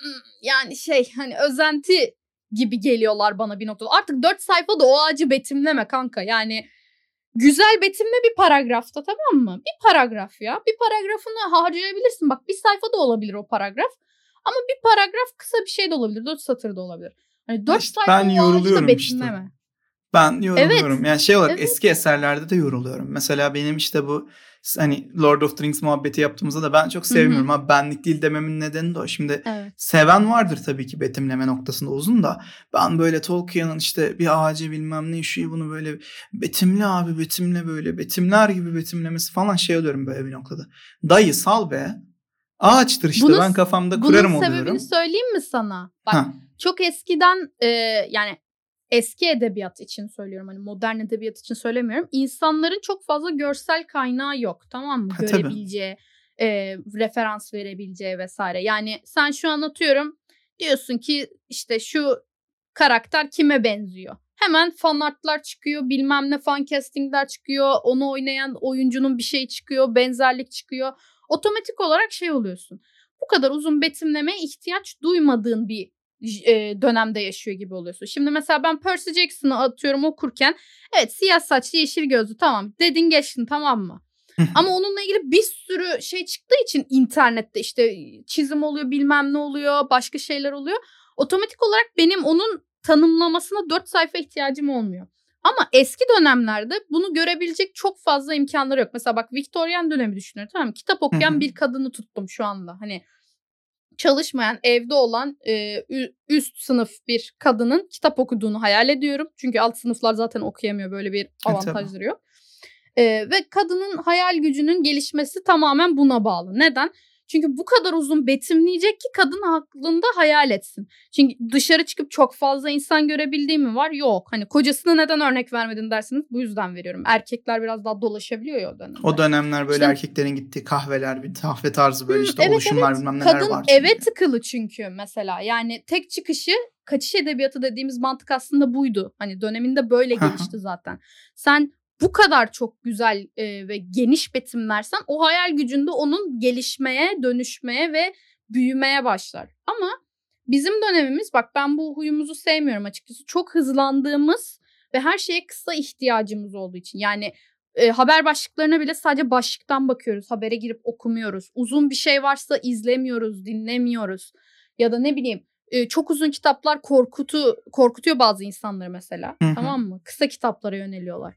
B: yani şey, hani özenti gibi geliyorlar bana bir noktada. Artık 4 sayfada o ağacı betimleme kanka. Yani güzel betimle bir paragrafta, tamam mı? Bir paragraf ya. Bir paragrafını harcayabilirsin. Bak bir sayfa da olabilir o paragraf. Ama bir paragraf kısa bir şey de olabilir. 4 satır da olabilir. Hani 4
C: İşte
B: sayfa
C: ben
B: o ağacı da
C: yoruluyorum
B: betimleme.
C: işte. Ben yoruluyorum.
B: Evet.
C: Yani şey olarak
B: Evet.
C: eski eserlerde de yoruluyorum. Mesela benim işte bu hani Lord of the Rings muhabbeti yaptığımızda da ben çok sevmiyorum. Abi benlik değil dememin nedeni de o. Şimdi
B: Evet.
C: seven vardır tabii ki betimleme noktasında uzun da. Ben böyle Tolkien'in işte bir ağacı bilmem ne işi bunu böyle betimle abi betimle böyle betimler gibi betimlemesi falan şey oluyorum böyle bir noktada. Dayı sal be. Ağaçtır işte ben kafamda kurarım
B: bunun sebebini
C: oluyorum.
B: söyleyeyim mi sana? Bak
C: Ha.
B: çok eskiden yani eski edebiyat için söylüyorum, hani modern edebiyat için söylemiyorum. İnsanların çok fazla görsel kaynağı yok, tamam mı?
C: Tabii.
B: Görebileceği, referans verebileceği vesaire. Yani sen şu an atıyorum diyorsun ki işte şu karakter kime benziyor? Hemen fan artlar çıkıyor, bilmem ne fan castingler çıkıyor, onu oynayan oyuncunun bir şey çıkıyor, benzerlik çıkıyor. Otomatik olarak şey oluyorsun. Bu kadar uzun betimlemeye ihtiyaç duymadığın bir dönemde yaşıyor gibi oluyorsun. Şimdi mesela ben Percy Jackson'ı atıyorum okurken, evet siyah saçlı yeşil gözlü, tamam dedin geçtin, tamam mı? Ama onunla ilgili bir sürü şey çıktığı için internette işte çizim oluyor, bilmem ne oluyor, başka şeyler oluyor. Otomatik olarak benim onun tanımlamasına 4 sayfa ihtiyacım olmuyor. Ama eski dönemlerde bunu görebilecek çok fazla imkanları yok. Mesela bak Victorian dönemi düşünüyorum, tamam mı? Kitap okuyan bir kadını tuttum şu anda. Hani çalışmayan, evde olan üst sınıf bir kadının kitap okuduğunu hayal ediyorum. Çünkü alt sınıflar zaten okuyamıyor, böyle bir avantajları yok. Ve kadının hayal gücünün gelişmesi tamamen buna bağlı. Neden? Çünkü bu kadar uzun betimleyecek ki kadın aklında hayal etsin. Çünkü dışarı çıkıp çok fazla insan görebildiği mi var? Yok. Hani kocasına neden örnek vermedin dersiniz, bu yüzden veriyorum. Erkekler biraz daha dolaşabiliyor ya o dönemde.
C: O dönemler böyle
B: İşte,
C: erkeklerin gittiği kahveler, bir kahve tarzı böyle işte
B: evet,
C: oluşumlar
B: evet.
C: bilmem neler
B: Kadın
C: var.
B: eve
C: çünkü.
B: tıkılı çünkü mesela. Yani tek çıkışı kaçış edebiyatı dediğimiz mantık aslında buydu. Hani döneminde böyle gelişti zaten. Sen bu kadar çok güzel ve geniş betimlersen o hayal gücünde onun gelişmeye, dönüşmeye ve büyümeye başlar. Ama bizim dönemimiz, bak ben bu huyumuzu sevmiyorum açıkçası. Çok hızlandığımız ve her şeye kısa ihtiyacımız olduğu için. Yani haber başlıklarına bile sadece başlıktan bakıyoruz. Habere girip okumuyoruz. Uzun bir şey varsa izlemiyoruz, dinlemiyoruz. Ya da ne bileyim çok uzun kitaplar korkutuyor bazı insanları mesela. Tamam mı? Kısa kitaplara yöneliyorlar.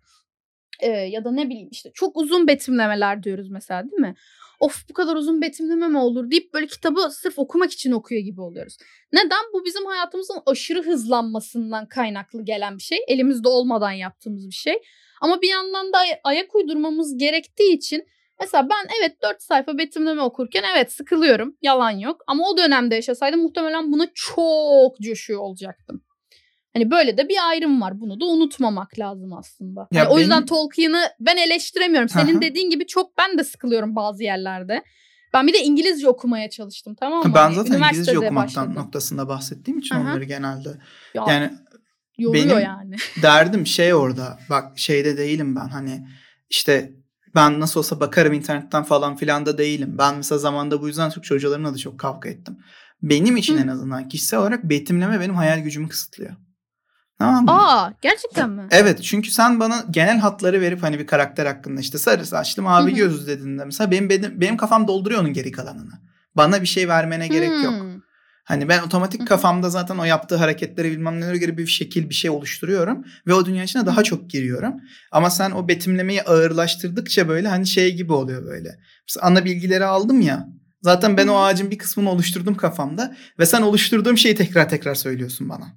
B: Ya da ne bileyim işte çok uzun betimlemeler diyoruz mesela, değil mi? Of bu kadar uzun betimleme mi olur deyip böyle kitabı sırf okumak için okuyor gibi oluyoruz. Neden? Bu bizim hayatımızın aşırı hızlanmasından kaynaklı gelen bir şey. Elimizde olmadan yaptığımız bir şey. Ama bir yandan da ayak uydurmamız gerektiği için mesela ben evet 4 sayfa betimleme okurken evet sıkılıyorum. Yalan yok. Ama o dönemde yaşasaydım muhtemelen buna çok coşuyor olacaktım. Hani böyle de bir ayrım var. Bunu da unutmamak lazım aslında.
C: Ya
B: hani o yüzden Tolkien'ı ben eleştiremiyorum. Senin
C: Aha.
B: dediğin gibi çok ben de sıkılıyorum bazı yerlerde. Ben bir de İngilizce okumaya çalıştım, tamam mı?
C: Ben
B: Hani
C: zaten İngilizce okumaktan
B: başladım.
C: noktasında bahsettiğim için
B: Aha.
C: onları genelde.
B: Ya,
C: yani
B: yoruyor
C: benim
B: yani.
C: derdim şey orada. Bak şeyde değilim ben. Hani işte ben nasıl olsa bakarım internetten falan filan da değilim. Ben mesela zamanda bu yüzden Türkçe hocalarımla da çok kavga ettim. Benim için en azından kişisel olarak betimleme benim hayal gücümü kısıtlıyor. Tamam mı?
B: Gerçekten mi?
C: Evet, çünkü sen bana genel hatları verip hani bir karakter hakkında işte sarı saçlı mavi gözlü dediğinde mesela benim kafam dolduruyor onun geri kalanını. Bana bir şey vermene gerek yok. Hani ben otomatik kafamda zaten o yaptığı hareketleri bilmem nelere göre bir şekil bir şey oluşturuyorum ve o dünya içine daha çok giriyorum. Ama sen o betimlemeyi ağırlaştırdıkça böyle hani şey gibi oluyor böyle. Mesela ana bilgileri aldım ya. Zaten ben o ağacın bir kısmını oluşturdum kafamda ve sen oluşturduğum şeyi tekrar söylüyorsun bana.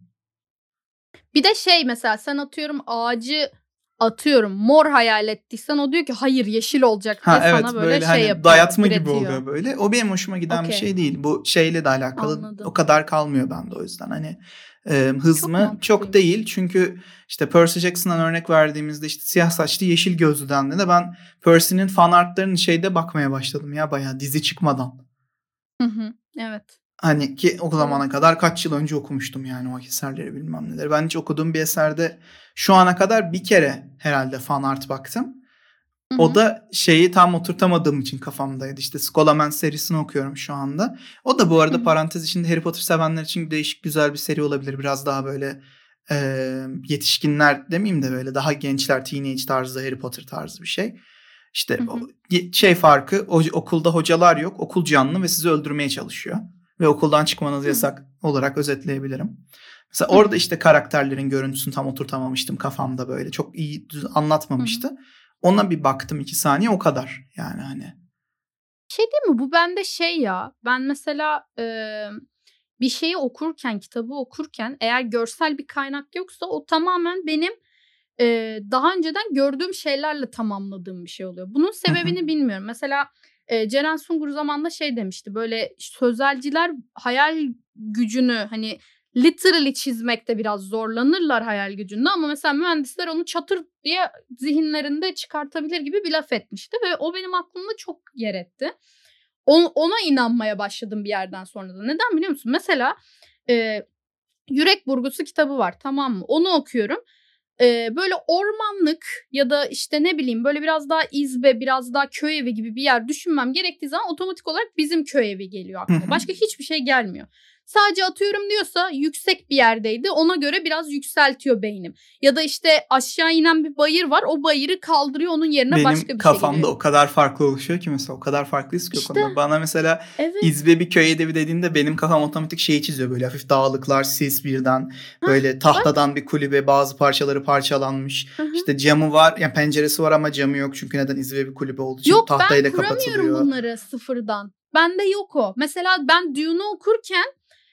B: Bir de şey mesela sen atıyorum ağacı mor hayal ettiysen o diyor ki hayır yeşil olacak diye
C: evet,
B: sana böyle şey
C: hani
B: yapıyor.
C: dayatma
B: üretiyor.
C: gibi oluyor böyle. O benim hoşuma giden bir şey değil. Bu şeyle de alakalı.
B: Anladım.
C: O kadar kalmıyor bende o yüzden. Hani Hız
B: Çok
C: mı?
B: mantıklıymış.
C: Çok değil. Çünkü işte Percy Jackson'dan örnek verdiğimizde işte siyah saçlı yeşil gözlü dendiğinde ben Percy'nin fan artlarını şeyde bakmaya başladım ya bayağı dizi çıkmadan.
B: Evet.
C: Hani ki o
B: Doğru.
C: zamana kadar kaç yıl önce okumuştum yani o eserleri bilmem neleri. Ben hiç okuduğum bir eserde şu ana kadar bir kere herhalde fan art baktım. O da şeyi tam oturtamadığım için kafamdaydı. İşte Scolaman serisini okuyorum şu anda. O da bu arada parantez içinde Harry Potter sevenler için değişik güzel bir seri olabilir. Biraz daha böyle yetişkinler demeyeyim de böyle daha gençler, teenage tarzı, Harry Potter tarzı bir şey. İşte şey farkı okulda hocalar yok. Okul canlı ve sizi öldürmeye çalışıyor. Ve okuldan çıkmanız yasak olarak özetleyebilirim. Mesela orada işte karakterlerin görüntüsünü tam oturtamamıştım kafamda böyle. Çok iyi anlatmamıştı. Ona bir baktım 2 saniye o kadar. Yani hani.
B: Şey değil mi? Bu bende şey ya. Ben mesela bir şeyi okurken, kitabı okurken eğer görsel bir kaynak yoksa o tamamen benim daha önceden gördüğüm şeylerle tamamladığım bir şey oluyor. Bunun sebebini bilmiyorum. Mesela Ceren Sungur zamanında şey demişti. Böyle sözelciler hayal gücünü hani literally çizmekte biraz zorlanırlar hayal gücünde ama mesela mühendisler onu çatır diye zihinlerinde çıkartabilir gibi bir laf etmişti ve o benim aklımda çok yer etti. Ona inanmaya başladım bir yerden sonra da. Neden biliyor musun? Mesela Yürek Burgusu kitabı var, tamam mı? Onu okuyorum. Böyle ormanlık ya da işte ne bileyim böyle biraz daha izbe, biraz daha köy evi gibi bir yer düşünmem gerektiği zaman otomatik olarak bizim köy evi geliyor aklıma. Başka hiçbir şey gelmiyor. Sadece atıyorum diyorsa yüksek bir yerdeydi. Ona göre biraz yükseltiyor beynim. Ya da işte aşağı inen bir bayır var. O bayırı kaldırıyor, onun yerine
C: Benim
B: başka bir şey
C: kafamda
B: geliyor.
C: o kadar farklı oluşuyor ki mesela o kadar farklıyız ki o
B: İşte,
C: konuda. Bana mesela
B: evet.
C: izbe bir köy evi dediğinde benim kafam otomatik şeyi çiziyor. Böyle hafif dağlıklar, sis birden. Böyle tahtadan bir kulübe, bazı parçaları parçalanmış. İşte camı var, yani penceresi var ama camı yok. Çünkü neden? İzbe bir kulübe olduğu için
B: Yok,
C: tahtayla
B: ben kuramıyorum
C: kapatılıyor.
B: bunları sıfırdan. Bende yok o. Mesela ben Dune'u okurken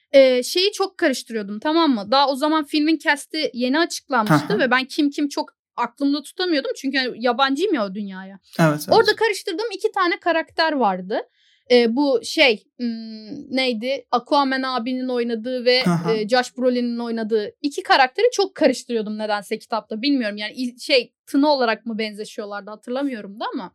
B: şeyi çok karıştırıyordum, tamam mı? Daha o zaman filmin cast'i yeni açıklanmıştı ve ben kim çok aklımda tutamıyordum. Çünkü yabancıyım ya o dünyaya.
C: Evet.
B: Orada karıştırdığım 2 tane karakter vardı. Bu şey neydi? Aquaman abinin oynadığı ve Josh Brolin'in oynadığı 2 karakteri çok karıştırıyordum nedense kitapta. Bilmiyorum yani tını olarak mı benzeşiyorlardı hatırlamıyorum da ama.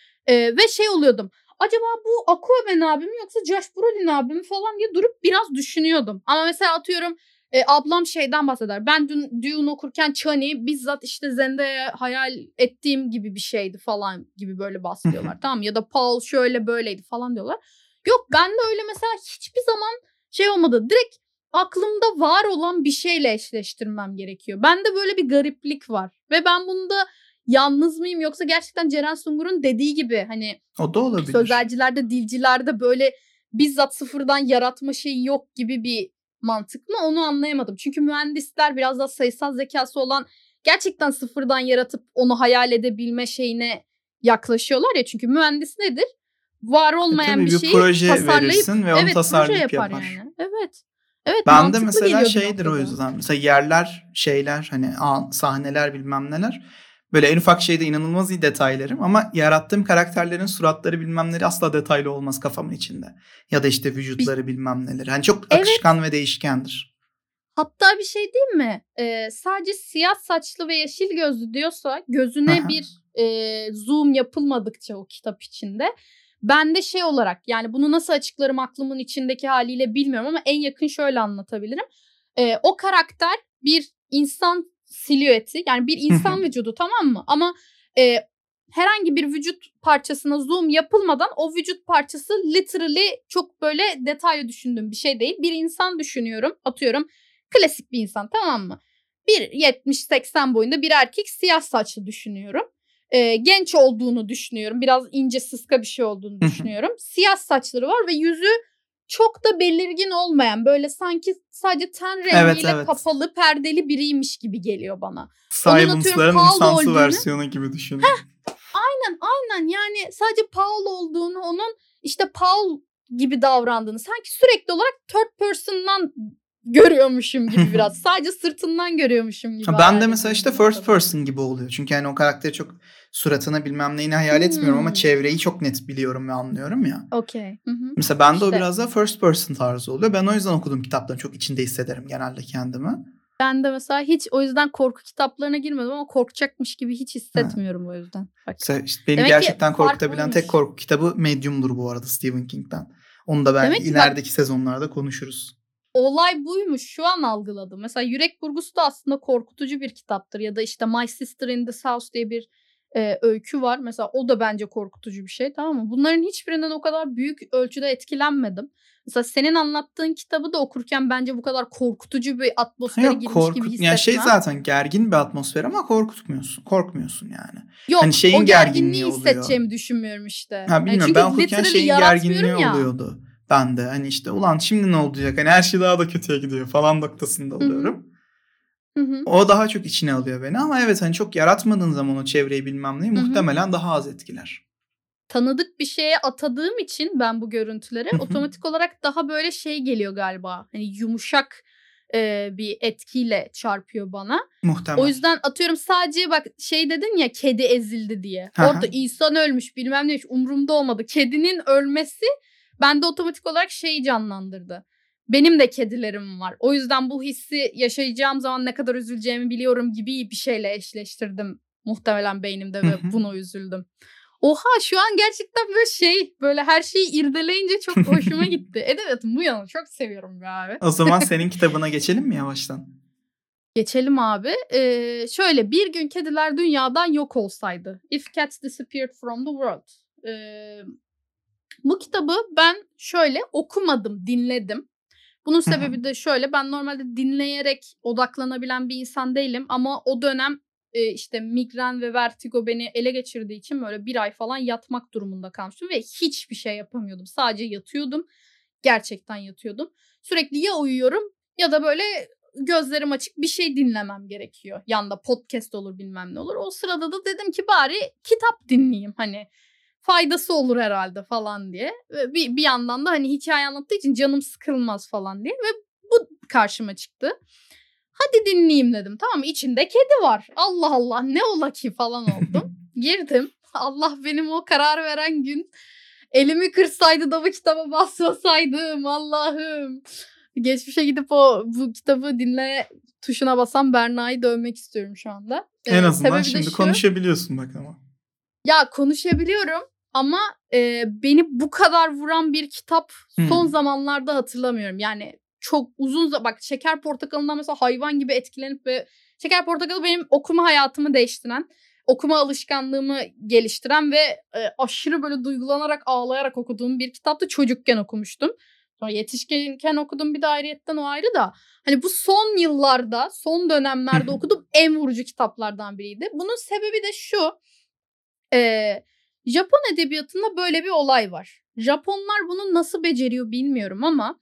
B: Ve şey oluyordum. Acaba bu Aquaman abim yoksa Josh Brolin abim falan diye durup biraz düşünüyordum. Ama mesela atıyorum ablam şeyden bahseder. Ben Dune okurken Chani bizzat işte Zendaya hayal ettiğim gibi bir şeydi falan gibi böyle bahsediyorlar. Tamam, ya da Paul şöyle böyleydi falan diyorlar. Yok, ben de öyle mesela hiçbir zaman şey olmadı. Direkt aklımda var olan bir şeyle eşleştirmem gerekiyor. Bende böyle bir gariplik var. Ve ben bunda yalnız mıyım yoksa gerçekten Ceren Sungur'un dediği gibi hani
C: o da olabilir.
B: Sözelcilerde, dilcilerde böyle bizzat sıfırdan yaratma şeyi yok gibi bir mantık mı? Onu anlayamadım. Çünkü mühendisler biraz daha sayısal zekası olan gerçekten sıfırdan yaratıp onu hayal edebilme şeyine yaklaşıyorlar ya. Çünkü mühendis nedir? Var olmayan bir şeyi
C: proje
B: tasarlayıp
C: verirsin ve onu tasarlayıp
B: proje
C: yapar.
B: yani. Evet. Evet,
C: ben de
B: mantıklı
C: mesela
B: geliyor bir
C: şeydir o
B: noktada.
C: yüzden. Mesela yerler, şeyler hani sahneler bilmem neler. Böyle en ufak şeyde inanılmaz iyi detaylarım ama yarattığım karakterlerin suratları bilmem neleri asla detaylı olmaz kafamın içinde. Ya da işte vücutları bilmem neleri. Hani çok akışkan ve değişkendir.
B: Hatta bir şey diyeyim mi? Sadece siyah saçlı ve yeşil gözlü diyorsa gözüne bir zoom yapılmadıkça o kitap içinde. Ben de şey olarak yani bunu nasıl açıklarım aklımın içindeki haliyle bilmiyorum ama en yakın şöyle anlatabilirim. O karakter bir insan silüeti, yani bir insan vücudu, tamam mı? Ama herhangi bir vücut parçasına zoom yapılmadan o vücut parçası literally çok böyle detaylı düşündüğüm bir şey değil. Bir insan düşünüyorum, atıyorum. Klasik bir insan, tamam mı? 1.70-80 boyunda bir erkek, siyah saçlı düşünüyorum. Genç olduğunu düşünüyorum. Biraz ince sıska bir şey olduğunu düşünüyorum. Siyah saçları var ve yüzü çok da belirgin olmayan, böyle sanki sadece ten rengiyle kapalı perdeli biriymiş gibi geliyor bana.
C: Simons'ların insansı versiyonu gibi düşün.
B: Aynen yani sadece Paul olduğunu, onun işte Paul gibi davrandığını, sanki sürekli olarak third person'dan görüyormuşum gibi biraz. Sadece sırtından görüyormuşum gibi.
C: Ben de mesela işte first person gibi oluyor. Çünkü hani o karakteri çok suratını bilmem neyini hayal etmiyorum ama çevreyi çok net biliyorum ve anlıyorum ya.
B: Okey.
C: Mesela bende o
B: İşte.
C: biraz daha first person tarzı oluyor. Ben o yüzden okuduğum kitapların çok içinde hissederim genelde kendimi.
B: Ben de mesela hiç o yüzden korku kitaplarına girmedim ama korkacakmış gibi hiç hissetmiyorum o yüzden. Bak.
C: İşte beni
B: Demek
C: gerçekten
B: ki
C: korkutabilen
B: farklıymış.
C: tek korku kitabı Medium'dur bu arada Stephen King'den. Onu da belki
B: Demek ki
C: ilerideki sezonlarda konuşuruz.
B: Olay buymuş. Şu an algıladım. Mesela Yürek Burgusu da aslında korkutucu bir kitaptır. Ya da işte My Sister in the House diye bir öykü var. Mesela o da bence korkutucu bir şey, tamam mı? Bunların hiçbirinden o kadar büyük ölçüde etkilenmedim. Mesela senin anlattığın kitabı da okurken bence bu kadar korkutucu bir atmosfere girmiş gibi hissetmem.
C: Yani şey zaten gergin bir atmosfer ama korkmuyorsun yani.
B: Yok,
C: hani şeyin
B: o gerginliği
C: oluyor.
B: hissedeceğimi düşünmüyorum işte.
C: Ha bilmiyorum,
B: çünkü
C: ben okurken şeyin gerginliği
B: ya.
C: oluyordu. Ben de hani işte ulan şimdi ne olacak? Hani her şey daha da kötüye gidiyor falan noktasında oluyorum. O daha çok içine alıyor beni ama evet hani çok yaratmadığın zaman o çevreyi bilmem neyi muhtemelen daha az etkiler.
B: Tanıdık bir şeye atadığım için ben bu görüntüleri otomatik olarak daha böyle şey geliyor galiba. Hani yumuşak bir etkiyle çarpıyor bana.
C: Muhtemelen.
B: O yüzden atıyorum sadece bak şey dedin ya, kedi ezildi diye. Orada insan ölmüş bilmem ne, umurumda olmadı. Kedinin ölmesi bende otomatik olarak şeyi canlandırdı. Benim de kedilerim var. O yüzden bu hissi yaşayacağım zaman ne kadar üzüleceğimi biliyorum gibi bir şeyle eşleştirdim muhtemelen beynimde ve buna üzüldüm. Oha, şu an gerçekten böyle her şeyi irdeleyince çok hoşuma gitti. Edebiyatın bu yanını çok seviyorum be abi.
C: O zaman senin kitabına geçelim mi yavaştan?
B: Geçelim abi. Şöyle, bir gün kediler dünyadan yok olsaydı. If Cats Disappeared from the World. Bu kitabı ben şöyle okumadım, dinledim. Bunun sebebi de şöyle: ben normalde dinleyerek odaklanabilen bir insan değilim ama o dönem işte migren ve vertigo beni ele geçirdiği için böyle bir ay falan yatmak durumunda kalmıştım ve hiçbir şey yapamıyordum. Sadece yatıyordum. Gerçekten yatıyordum. Sürekli ya uyuyorum ya da böyle gözlerim açık bir şey dinlemem gerekiyor. Yanda podcast olur bilmem ne olur. O sırada da dedim ki bari kitap dinleyeyim, hani faydası olur herhalde falan diye. Bir yandan da hani hikaye anlattığı için canım sıkılmaz falan diye ve bu karşıma çıktı. Hadi dinleyeyim dedim, tamam mı? İçinde kedi var. Allah Allah, ne ola ki falan oldum. Girdim. Allah benim o karar veren gün elimi kırsaydı da bu kitaba basmasaydım, Allah'ım. Geçmişe gidip bu kitabı dinle tuşuna basan Berna'yı dövmek istiyorum şu anda.
C: En azından şimdi konuşabiliyorsun bak ama.
B: Ya konuşabiliyorum ama beni bu kadar vuran bir kitap son zamanlarda hatırlamıyorum. Yani çok uzun bak, Şeker Portakalı'ndan mesela hayvan gibi etkilenip ve Şeker Portakalı benim okuma hayatımı değiştiren, okuma alışkanlığımı geliştiren ve aşırı böyle duygulanarak ağlayarak okuduğum bir kitaptı. Çocukken okumuştum. Sonra yetişkinken okudum bir de ayrıyetten, o ayrı da. Hani bu son yıllarda, son dönemlerde okuduğum en vurucu kitaplardan biriydi. Bunun sebebi de şu. Japon edebiyatında böyle bir olay var. Japonlar bunu nasıl beceriyor bilmiyorum ama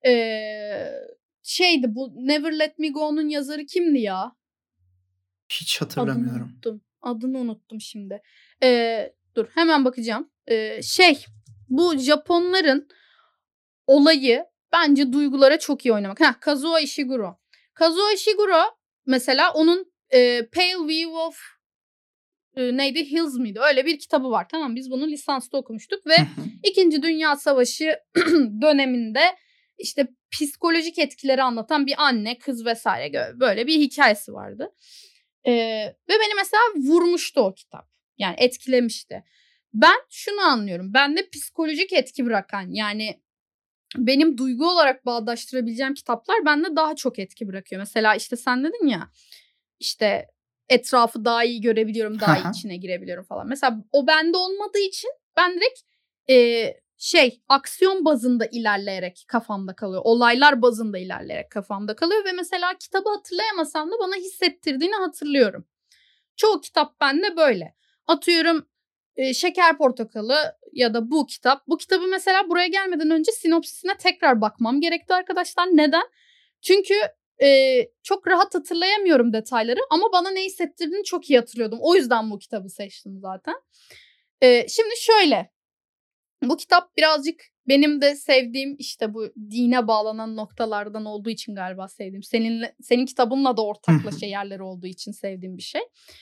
B: bu Never Let Me Go'nun yazarı kimdi ya?
C: Hiç hatırlamıyorum.
B: Adını unuttum şimdi. Dur hemen bakacağım. Bu Japonların olayı bence duygulara çok iyi oynamak. Kazuo Ishiguro. Kazuo Ishiguro mesela onun Pale View of Hills miydi? Öyle bir kitabı var. Tamam, biz bunu lisansta okumuştuk ve 2. Dünya Savaşı döneminde işte psikolojik etkileri anlatan bir anne, kız vesaire böyle bir hikayesi vardı. Ve beni mesela vurmuştu o kitap. Yani etkilemişti. Ben şunu anlıyorum. Bende psikolojik etki bırakan, yani benim duygu olarak bağdaştırabileceğim kitaplar bende daha çok etki bırakıyor. Mesela işte sen dedin ya, işte etrafı daha iyi görebiliyorum, daha iyi içine girebiliyorum falan. Mesela o bende olmadığı için ben direkt aksiyon bazında ilerleyerek kafamda kalıyor. Olaylar bazında ilerleyerek kafamda kalıyor ve mesela kitabı hatırlayamasam da bana hissettirdiğini hatırlıyorum. Çoğu kitap bende böyle. Atıyorum Şeker Portakalı ya da bu kitap. Bu kitabı mesela buraya gelmeden önce sinopsisine tekrar bakmam gerekti arkadaşlar. Neden? Çünkü çok rahat hatırlayamıyorum detayları ama bana ne hissettirdiğini çok iyi hatırlıyordum. O yüzden bu kitabı seçtim zaten. Şimdi şöyle, bu kitap birazcık benim de sevdiğim işte bu dine bağlanan noktalardan olduğu için galiba sevdiğim. Senin kitabınla da ortaklaşa yerleri olduğu için sevdiğim bir şey.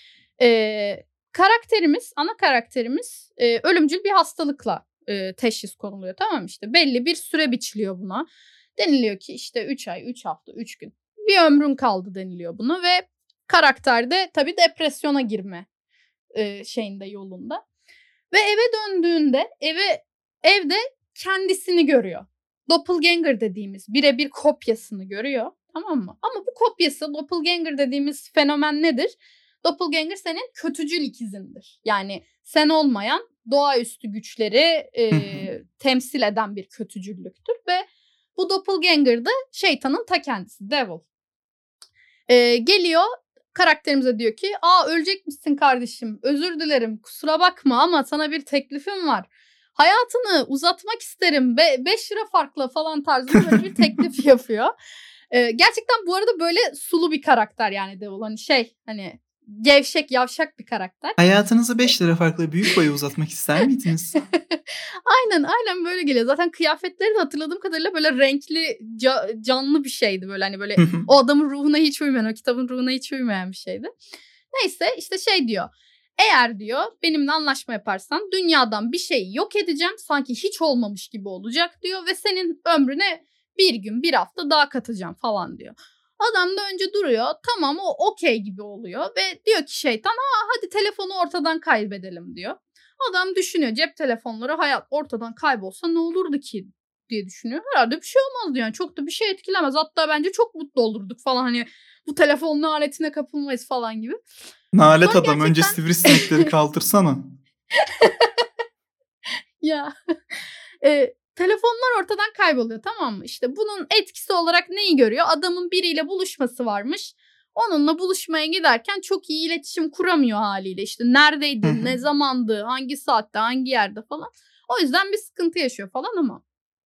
B: Ana karakterimiz ölümcül bir hastalıkla teşhis konuluyor, tamam işte. Belli bir süre biçiliyor buna. Deniliyor ki işte 3 ay, 3 hafta, 3 gün. Bir ömrün kaldı deniliyor buna ve karakter de tabii depresyona girme şeyinde, yolunda. Ve eve döndüğünde evde kendisini görüyor. Doppelganger dediğimiz birebir kopyasını görüyor. Tamam mı? Ama bu kopyası, doppelganger dediğimiz fenomen nedir? Doppelganger senin kötücül ikizindir. Yani sen olmayan doğaüstü güçleri temsil eden bir kötücüllüktür. Ve bu doppelganger da şeytanın ta kendisi, devil. Geliyor karakterimize, diyor ki ölecekmişsin kardeşim, özür dilerim, kusura bakma ama sana bir teklifim var. Hayatını uzatmak isterim, 5 lira farkla falan tarzında böyle bir teklif yapıyor. Gerçekten bu arada böyle sulu bir karakter yani Devil. Hani gevşek, yavşak bir karakter.
C: Hayatınızı 5 lira farklı büyük boyu uzatmak ister miydiniz?
B: Aynen böyle geliyor. Zaten kıyafetleri de hatırladığım kadarıyla böyle renkli, canlı bir şeydi böyle, hani böyle o adamın ruhuna hiç uymayan, o kitabın ruhuna hiç uymayan bir şeydi. Neyse işte diyor. Eğer diyor benimle anlaşma yaparsan dünyadan bir şeyi yok edeceğim, sanki hiç olmamış gibi olacak diyor ve senin ömrüne 1 gün 1 hafta daha katacağım falan diyor. Adam da önce duruyor, tamam o okey gibi oluyor ve diyor ki şeytan hadi telefonu ortadan kaybedelim diyor. Adam düşünüyor, cep telefonları hayat ortadan kaybolsa ne olurdu ki diye düşünüyor. Herhalde bir şey olmazdı yani, çok da bir şey etkilemez, hatta bence çok mutlu olurduk falan, hani bu telefonun aletine kapılmayız falan gibi.
C: Nalet adam gerçekten... önce sivrisinekleri kaldırsana.
B: Ya telefonlar ortadan kayboluyor, tamam mı? İşte bunun etkisi olarak neyi görüyor? Adamın biriyle buluşması varmış. Onunla buluşmaya giderken çok iyi iletişim kuramıyor haliyle. İşte neredeydi, ne zamandı, hangi saatte, hangi yerde falan. O yüzden bir sıkıntı yaşıyor falan ama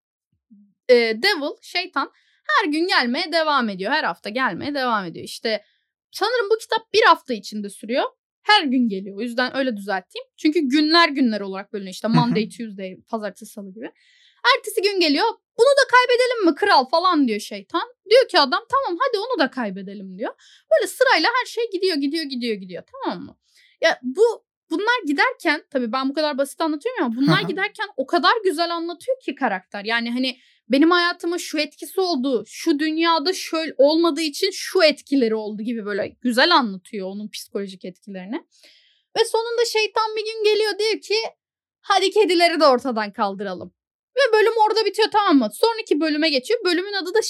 B: Devil, şeytan her gün gelmeye devam ediyor. Her hafta gelmeye devam ediyor. İşte sanırım bu kitap 1 hafta içinde sürüyor. Her gün geliyor. O yüzden öyle düzelteyim. Çünkü günler olarak bölünüyor. İşte Monday, Tuesday, pazartesi, salı gibi. Ertesi gün geliyor. Bunu da kaybedelim mi kral falan diyor şeytan. Diyor ki adam tamam hadi onu da kaybedelim diyor. Böyle sırayla her şey gidiyor. Tamam mı? Ya bunlar giderken, tabii ben bu kadar basit anlatıyorum ama bunlar giderken o kadar güzel anlatıyor ki karakter. Yani hani benim hayatıma şu etkisi oldu, şu dünyada şöyle olmadığı için şu etkileri oldu gibi böyle güzel anlatıyor onun psikolojik etkilerini. Ve sonunda şeytan bir gün geliyor, diyor ki hadi kedileri de ortadan kaldıralım. Ve bölüm orada bitiyor, tamam mı? Sonraki bölüme geçiyor. Bölümün adı da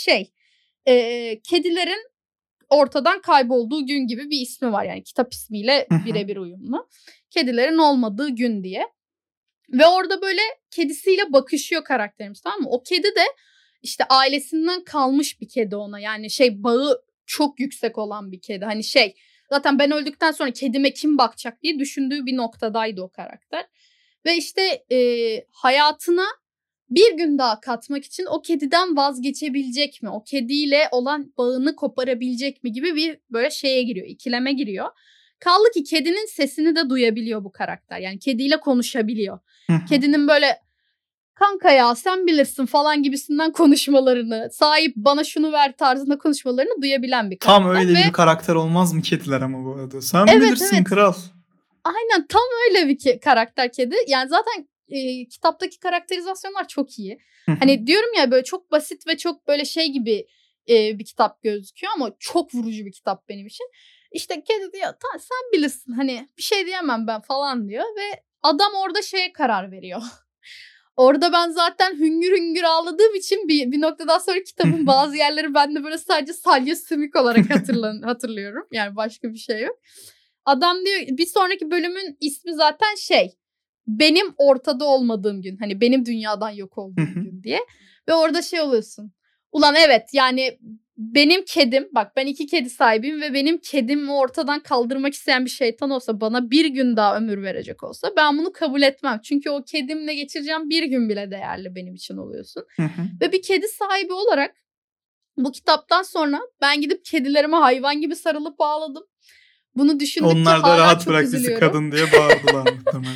B: kedilerin ortadan kaybolduğu gün gibi bir ismi var. Yani kitap ismiyle birebir uyumlu. Kedilerin olmadığı gün diye. Ve orada böyle kedisiyle bakışıyor karakterimiz, tamam mı? O kedi de işte ailesinden kalmış bir kedi ona. Yani bağı çok yüksek olan bir kedi. Hani zaten ben öldükten sonra kedime kim bakacak diye düşündüğü bir noktadaydı o karakter. Ve işte hayatına bir gün daha katmak için o kediden vazgeçebilecek mi? O kediyle olan bağını koparabilecek mi gibi bir böyle giriyor, ikileme giriyor. Kaldı ki kedinin sesini de duyabiliyor bu karakter. Yani kediyle konuşabiliyor. Kedinin böyle kanka ya sen bilirsin falan gibisinden konuşmalarını, sahip bana şunu ver tarzında konuşmalarını duyabilen bir karakter.
C: Tam öyle bir karakter olmaz mı kediler ama bu arada? Sen bilirsin kral.
B: Aynen tam öyle bir karakter kedi. Yani zaten kitaptaki karakterizasyonlar çok iyi. Hani diyorum ya böyle çok basit ve çok böyle gibi bir kitap gözüküyor ama çok vurucu bir kitap benim için. İşte kedi diyor sen bilirsin hani bir şey diyemem ben falan diyor ve adam orada karar veriyor. Orada ben zaten hüngür ağladığım için bir noktadan sonra kitabın bazı yerleri bende böyle sadece salya sümük olarak hatırlıyorum. Yani başka bir şey yok. Adam diyor, bir sonraki bölümün ismi zaten benim ortada olmadığım gün, hani benim dünyadan yok olduğum gün diye. Ve orada oluyorsun. Ulan evet yani benim kedim, bak ben 2 kedi sahibiyim ve benim kedimi ortadan kaldırmak isteyen bir şeytan olsa, bana 1 gün daha ömür verecek olsa ben bunu kabul etmem. Çünkü o kedimle geçireceğim 1 gün bile değerli benim için oluyorsun. Ve bir kedi sahibi olarak bu kitaptan sonra ben gidip kedilerime hayvan gibi sarılıp ağladım. Bunu düşündükçe
C: onlar da
B: hala
C: rahat
B: çok
C: bırak
B: üzülüyorum.
C: bizi kadın diye bağırdılar muhtemelen.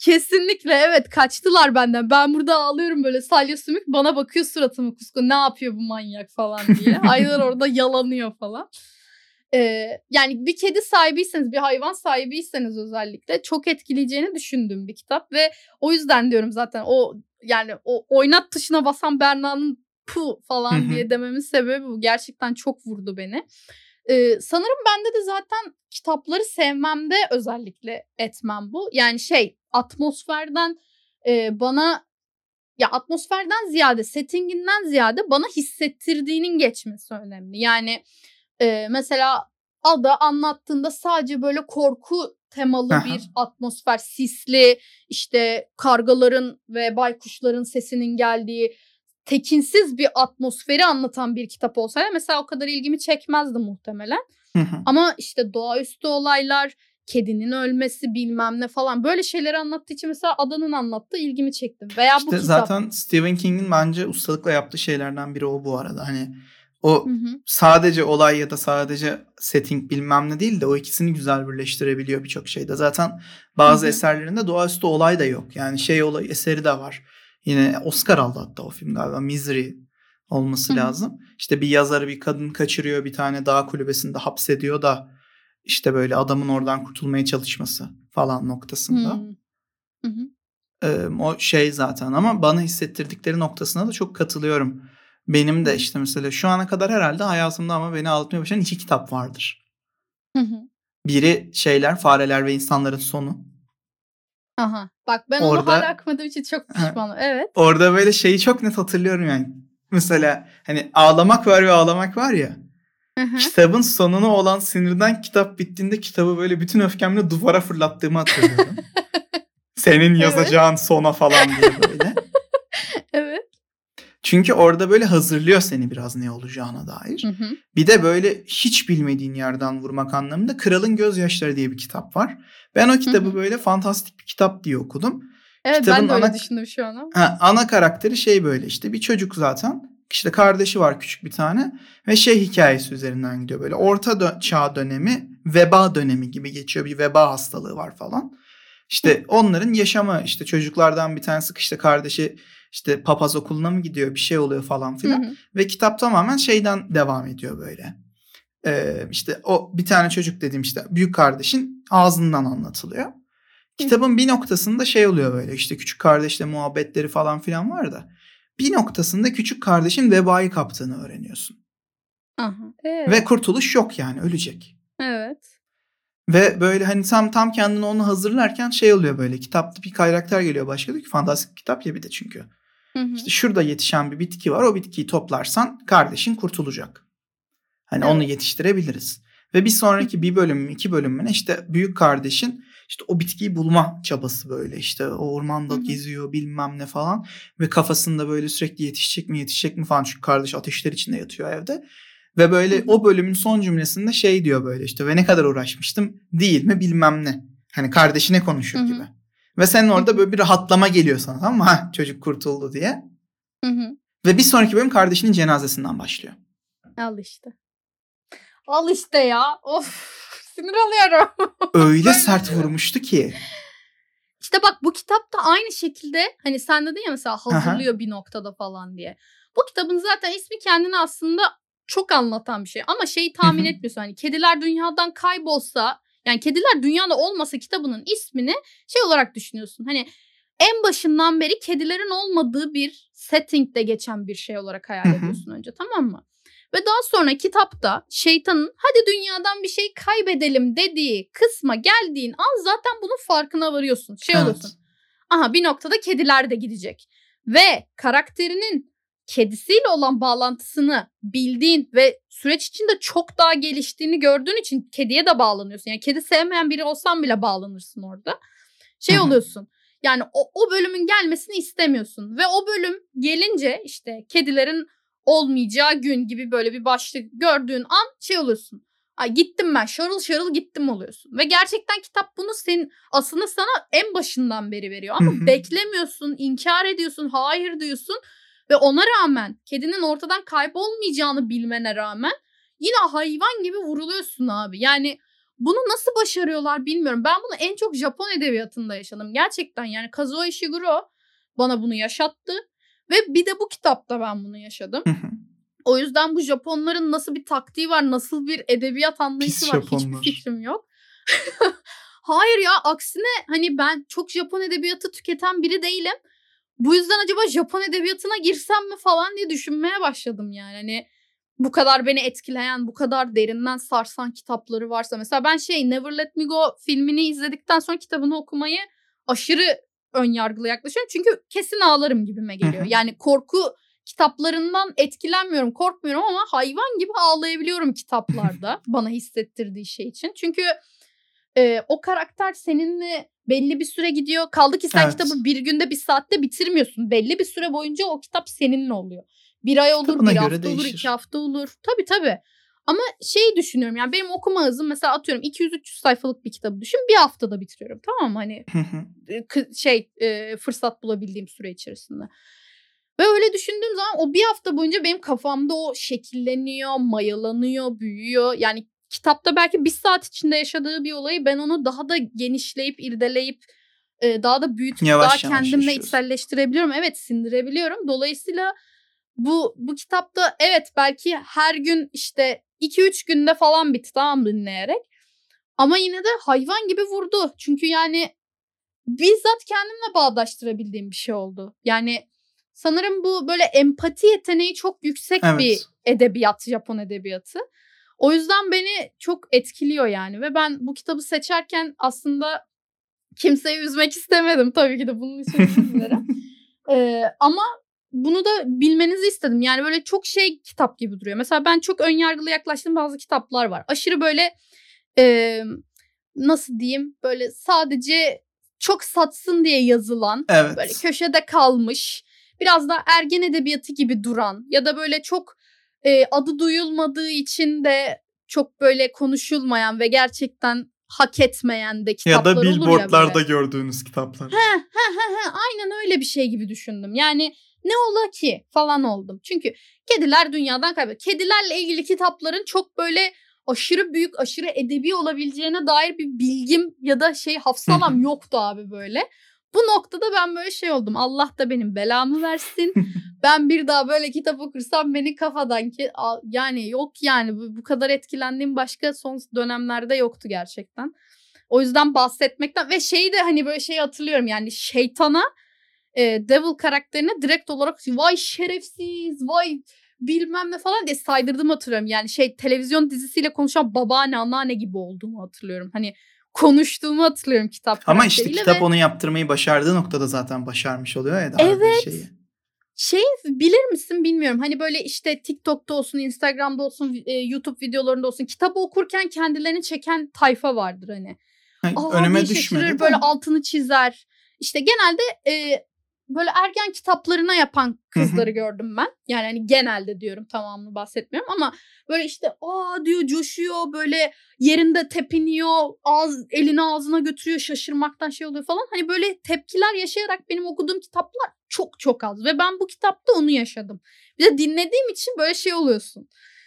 B: Kesinlikle evet, kaçtılar benden. Ben burada ağlıyorum böyle, salya sümük bana bakıyor suratıma kusku, ne yapıyor bu manyak falan diye. Aylar orada yalanıyor falan. Yani bir kedi sahibiyseniz, bir hayvan sahibiyseniz özellikle çok etkileyeceğini düşündüğüm bir kitap ve o yüzden diyorum zaten o oynat tuşuna basan Berna'nın pu falan diye dememin sebebi bu. Gerçekten çok vurdu beni. Sanırım bende de zaten kitapları sevmemde özellikle etmem bu. Yani atmosferden bana, ya atmosferden ziyade, settinginden ziyade bana hissettirdiğinin geçmesi önemli. Yani mesela Ada anlattığında sadece böyle korku temalı bir atmosfer, sisli, işte kargaların ve baykuşların sesinin geldiği tekinsiz bir atmosferi anlatan bir kitap olsaydı mesela o kadar ilgimi çekmezdi muhtemelen. Ama işte doğaüstü olaylar, kedinin ölmesi bilmem ne falan, böyle şeyleri anlattığı için mesela Adan'ın anlattığı ilgimi çekti. Veya
C: İşte
B: bu kitap.
C: zaten Stephen King'in bence ustalıkla yaptığı şeylerden biri o bu arada. Hani o sadece olay ya da sadece setting bilmem ne değil de o ikisini güzel birleştirebiliyor birçok şeyde. Zaten bazı eserlerinde doğaüstü olay da yok. Yani olay eseri de var. Yine Oscar aldı hatta o film galiba. Misery olması lazım. İşte bir yazarı bir kadın kaçırıyor, bir tane dağ kulübesinde hapsediyor da işte böyle adamın oradan kurtulmaya çalışması falan noktasında. O zaten, ama bana hissettirdikleri noktasına da çok katılıyorum. Benim de işte mesela şu ana kadar herhalde hayatımda ama beni ağlatmaya başlayan 2 kitap vardır. Biri Fareler ve İnsanların Sonu.
B: Aha. Bak ben onu hala okumadığım için çok pişmanım. Evet.
C: Orada böyle çok net hatırlıyorum yani. Mesela hani ağlamak var ve ağlamak var ya. Kitabın sonuna olan sinirden kitap bittiğinde kitabı böyle bütün öfkemle duvara fırlattığımı hatırlıyorum. Senin yazacağın sona falan diye böyle.
B: Evet.
C: Çünkü orada böyle hazırlıyor seni biraz ne olacağına dair. Bir de böyle hiç bilmediğin yerden vurmak anlamında Kralın Gözyaşları diye bir kitap var. Ben o kitabı böyle fantastik bir kitap diye okudum.
B: Evet, kitabın ben de öyle düşündüm şu an.
C: Ana karakteri böyle işte bir çocuk zaten. İşte kardeşi var küçük bir tane ve hikayesi üzerinden gidiyor. Böyle orta çağ dönemi, veba dönemi gibi geçiyor. Bir veba hastalığı var falan. İşte onların yaşamı, işte çocuklardan bir tanesi işte kardeşi işte papaz okuluna mı gidiyor, bir şey oluyor falan filan. Ve kitap tamamen devam ediyor böyle. İşte o bir tane çocuk dediğim işte büyük kardeşin ağzından anlatılıyor. Kitabın bir noktasında oluyor böyle işte küçük kardeşle muhabbetleri falan filan var da bir noktasında küçük kardeşin vebayı kaptığını öğreniyorsun.
B: Evet.
C: Ve kurtuluş yok yani, ölecek.
B: Evet.
C: Ve böyle hani tam kendini onu hazırlarken oluyor böyle. Kitapta bir karakter geliyor başka, diyor ki fantastik kitap ya bir de çünkü. İşte şurada yetişen bir bitki var. O bitkiyi toplarsan kardeşin kurtulacak. Hani onu yetiştirebiliriz. Ve bir sonraki bir bölüm mü 2 bölüm mü işte büyük kardeşin işte o bitkiyi bulma çabası böyle. İşte o ormanda geziyor bilmem ne falan. Ve kafasında böyle sürekli yetişecek mi falan. Çünkü kardeş ateşler içinde yatıyor evde. Ve böyle o bölümün son cümlesinde diyor böyle işte ve ne kadar uğraşmıştım değil mi bilmem ne. Hani kardeşine konuşur gibi. Ve senin orada böyle bir rahatlama geliyor sana, tamam mı? Çocuk kurtuldu diye. Ve bir sonraki bölüm kardeşinin cenazesinden başlıyor.
B: Al işte ya. Of, sinir alıyorum.
C: Öyle sert vurmuştu ki.
B: İşte bak bu kitapta aynı şekilde hani sen dedin ya mesela hazırlıyor bir noktada falan diye. Bu kitabın zaten ismi kendini aslında çok anlatan bir şey. Ama tahmin etmiyorsun. Hani kediler dünyadan kaybolsa, yani kediler dünyada olmasa kitabının ismini olarak düşünüyorsun. Hani en başından beri kedilerin olmadığı bir settingde geçen bir şey olarak hayal ediyorsun önce, tamam mı? Ve daha sonra kitapta şeytanın hadi dünyadan bir şey kaybedelim dediği kısma geldiğin an zaten bunun farkına varıyorsun. Oluyorsun. Aha, bir noktada kediler de gidecek. Ve karakterinin kedisiyle olan bağlantısını bildiğin ve süreç içinde çok daha geliştiğini gördüğün için kediye de bağlanıyorsun. Yani kedi sevmeyen biri olsan bile bağlanırsın orada. Oluyorsun. Yani o bölümün gelmesini istemiyorsun. Ve o bölüm gelince işte kedilerin olmayacağı gün gibi böyle bir başlık gördüğün an oluyorsun. Ay gittim ben, şarıl şarıl gittim oluyorsun. Ve gerçekten kitap bunu aslında sana en başından beri veriyor. Ama beklemiyorsun, inkar ediyorsun, hayır diyorsun. Ve ona rağmen kedinin ortadan kaybolmayacağını bilmene rağmen yine hayvan gibi vuruluyorsun abi. Yani bunu nasıl başarıyorlar bilmiyorum. Ben bunu en çok Japon edebiyatında yaşadım. Gerçekten yani Kazuo Ishiguro bana bunu yaşattı. Ve bir de bu kitapta ben bunu yaşadım. O yüzden bu Japonların nasıl bir taktiği var, nasıl bir edebiyat anlayışı var hiçbir fikrim yok. Hayır ya, aksine hani ben çok Japon edebiyatı tüketen biri değilim. Bu yüzden acaba Japon edebiyatına girsem mi falan diye düşünmeye başladım yani. Hani bu kadar beni etkileyen, bu kadar derinden sarsan kitapları varsa. Mesela ben Never Let Me Go filmini izledikten sonra kitabını okumayı aşırı önyargılı yaklaşıyorum. Çünkü kesin ağlarım gibime geliyor. Yani korku kitaplarından etkilenmiyorum, korkmuyorum ama hayvan gibi ağlayabiliyorum kitaplarda bana hissettirdiği şey için. Çünkü o karakter seninle belli bir süre gidiyor. Kaldı ki sen kitabı bir günde, bir saatte bitirmiyorsun. Belli bir süre boyunca o kitap seninle oluyor. Bir ay olur,
C: kitabına
B: bir
C: göre
B: hafta
C: değişir.
B: olur, 2 hafta olur. Tabii. Ama düşünüyorum yani benim okuma hızım mesela atıyorum 200-300 sayfalık bir kitabı düşün. Bir haftada bitiriyorum, tamam mı? Hani fırsat bulabildiğim süre içerisinde. Ve öyle düşündüğüm zaman o bir hafta boyunca benim kafamda o şekilleniyor, mayalanıyor, büyüyor. Yani kitapta belki bir saat içinde yaşadığı bir olayı ben onu daha da genişleyip, irdeleyip daha da büyütüp
C: yavaş
B: daha kendimle
C: yaşıyorsun.
B: içselleştirebiliyorum. Evet, sindirebiliyorum. Dolayısıyla bu kitapta evet belki her gün işte 2-3 günde falan bitti, tamam, dinleyerek. Ama yine de hayvan gibi vurdu. Çünkü yani bizzat kendimle bağdaştırabildiğim bir şey oldu. Yani sanırım bu böyle empati yeteneği çok yüksek bir edebiyat, Japon edebiyatı. O yüzden beni çok etkiliyor yani. Ve ben bu kitabı seçerken aslında kimseyi üzmek istemedim. Tabii ki de bunun için özür dilerim. Ama bunu da bilmenizi istedim. Yani böyle çok kitap gibi duruyor. Mesela ben çok önyargılı yaklaştığım bazı kitaplar var. Aşırı böyle nasıl diyeyim, böyle sadece çok satsın diye yazılan, böyle köşede kalmış, biraz da ergen edebiyatı gibi duran ya da böyle çok adı duyulmadığı için de çok böyle konuşulmayan ve gerçekten hak etmeyen de kitaplar olur ya.
C: Ya da billboardlarda gördüğünüz kitaplar.
B: Aynen öyle bir şey gibi düşündüm. Yani ne ola ki falan oldum. Çünkü kediler dünyadan kaybediyor. Kedilerle ilgili kitapların çok böyle aşırı büyük, aşırı edebi olabileceğine dair bir bilgim ya da hafsalam yoktu abi böyle. Bu noktada ben böyle oldum. Allah da benim belamı versin. Ben bir daha böyle kitap okursam beni kafadan ki yani yok yani bu kadar etkilendiğim başka son dönemlerde yoktu gerçekten. O yüzden bahsetmekten ve de hani böyle hatırlıyorum yani şeytana Devil karakterine direkt olarak vay şerefsiz, vay bilmem ne falan diye saydırdığımı hatırlıyorum. Yani televizyon dizisiyle konuşan babaanne, anneanne gibi olduğumu hatırlıyorum. Hani konuştuğumu hatırlıyorum kitap
C: karakteriyle. Ama
B: işte
C: kitap onu yaptırmayı başardığı noktada zaten başarmış oluyor ya.
B: Evet. Bilir misin bilmiyorum. Hani böyle işte TikTok'ta olsun, Instagram'da olsun, YouTube videolarında olsun kitabı okurken kendilerini çeken tayfa vardır hani.
C: Önüme düşmedi.
B: Böyle altını çizer. İşte genelde böyle ergen kitaplarına yapan kızları gördüm ben. Yani hani genelde diyorum, tamamını bahsetmiyorum ama böyle işte diyor, coşuyor, böyle yerinde tepiniyor, elini ağzına götürüyor, şaşırmaktan oluyor falan. Hani böyle tepkiler yaşayarak benim okuduğum kitaplar çok çok az ve ben bu kitapta onu yaşadım. Bir de dinlediğim için böyle oluyorsun.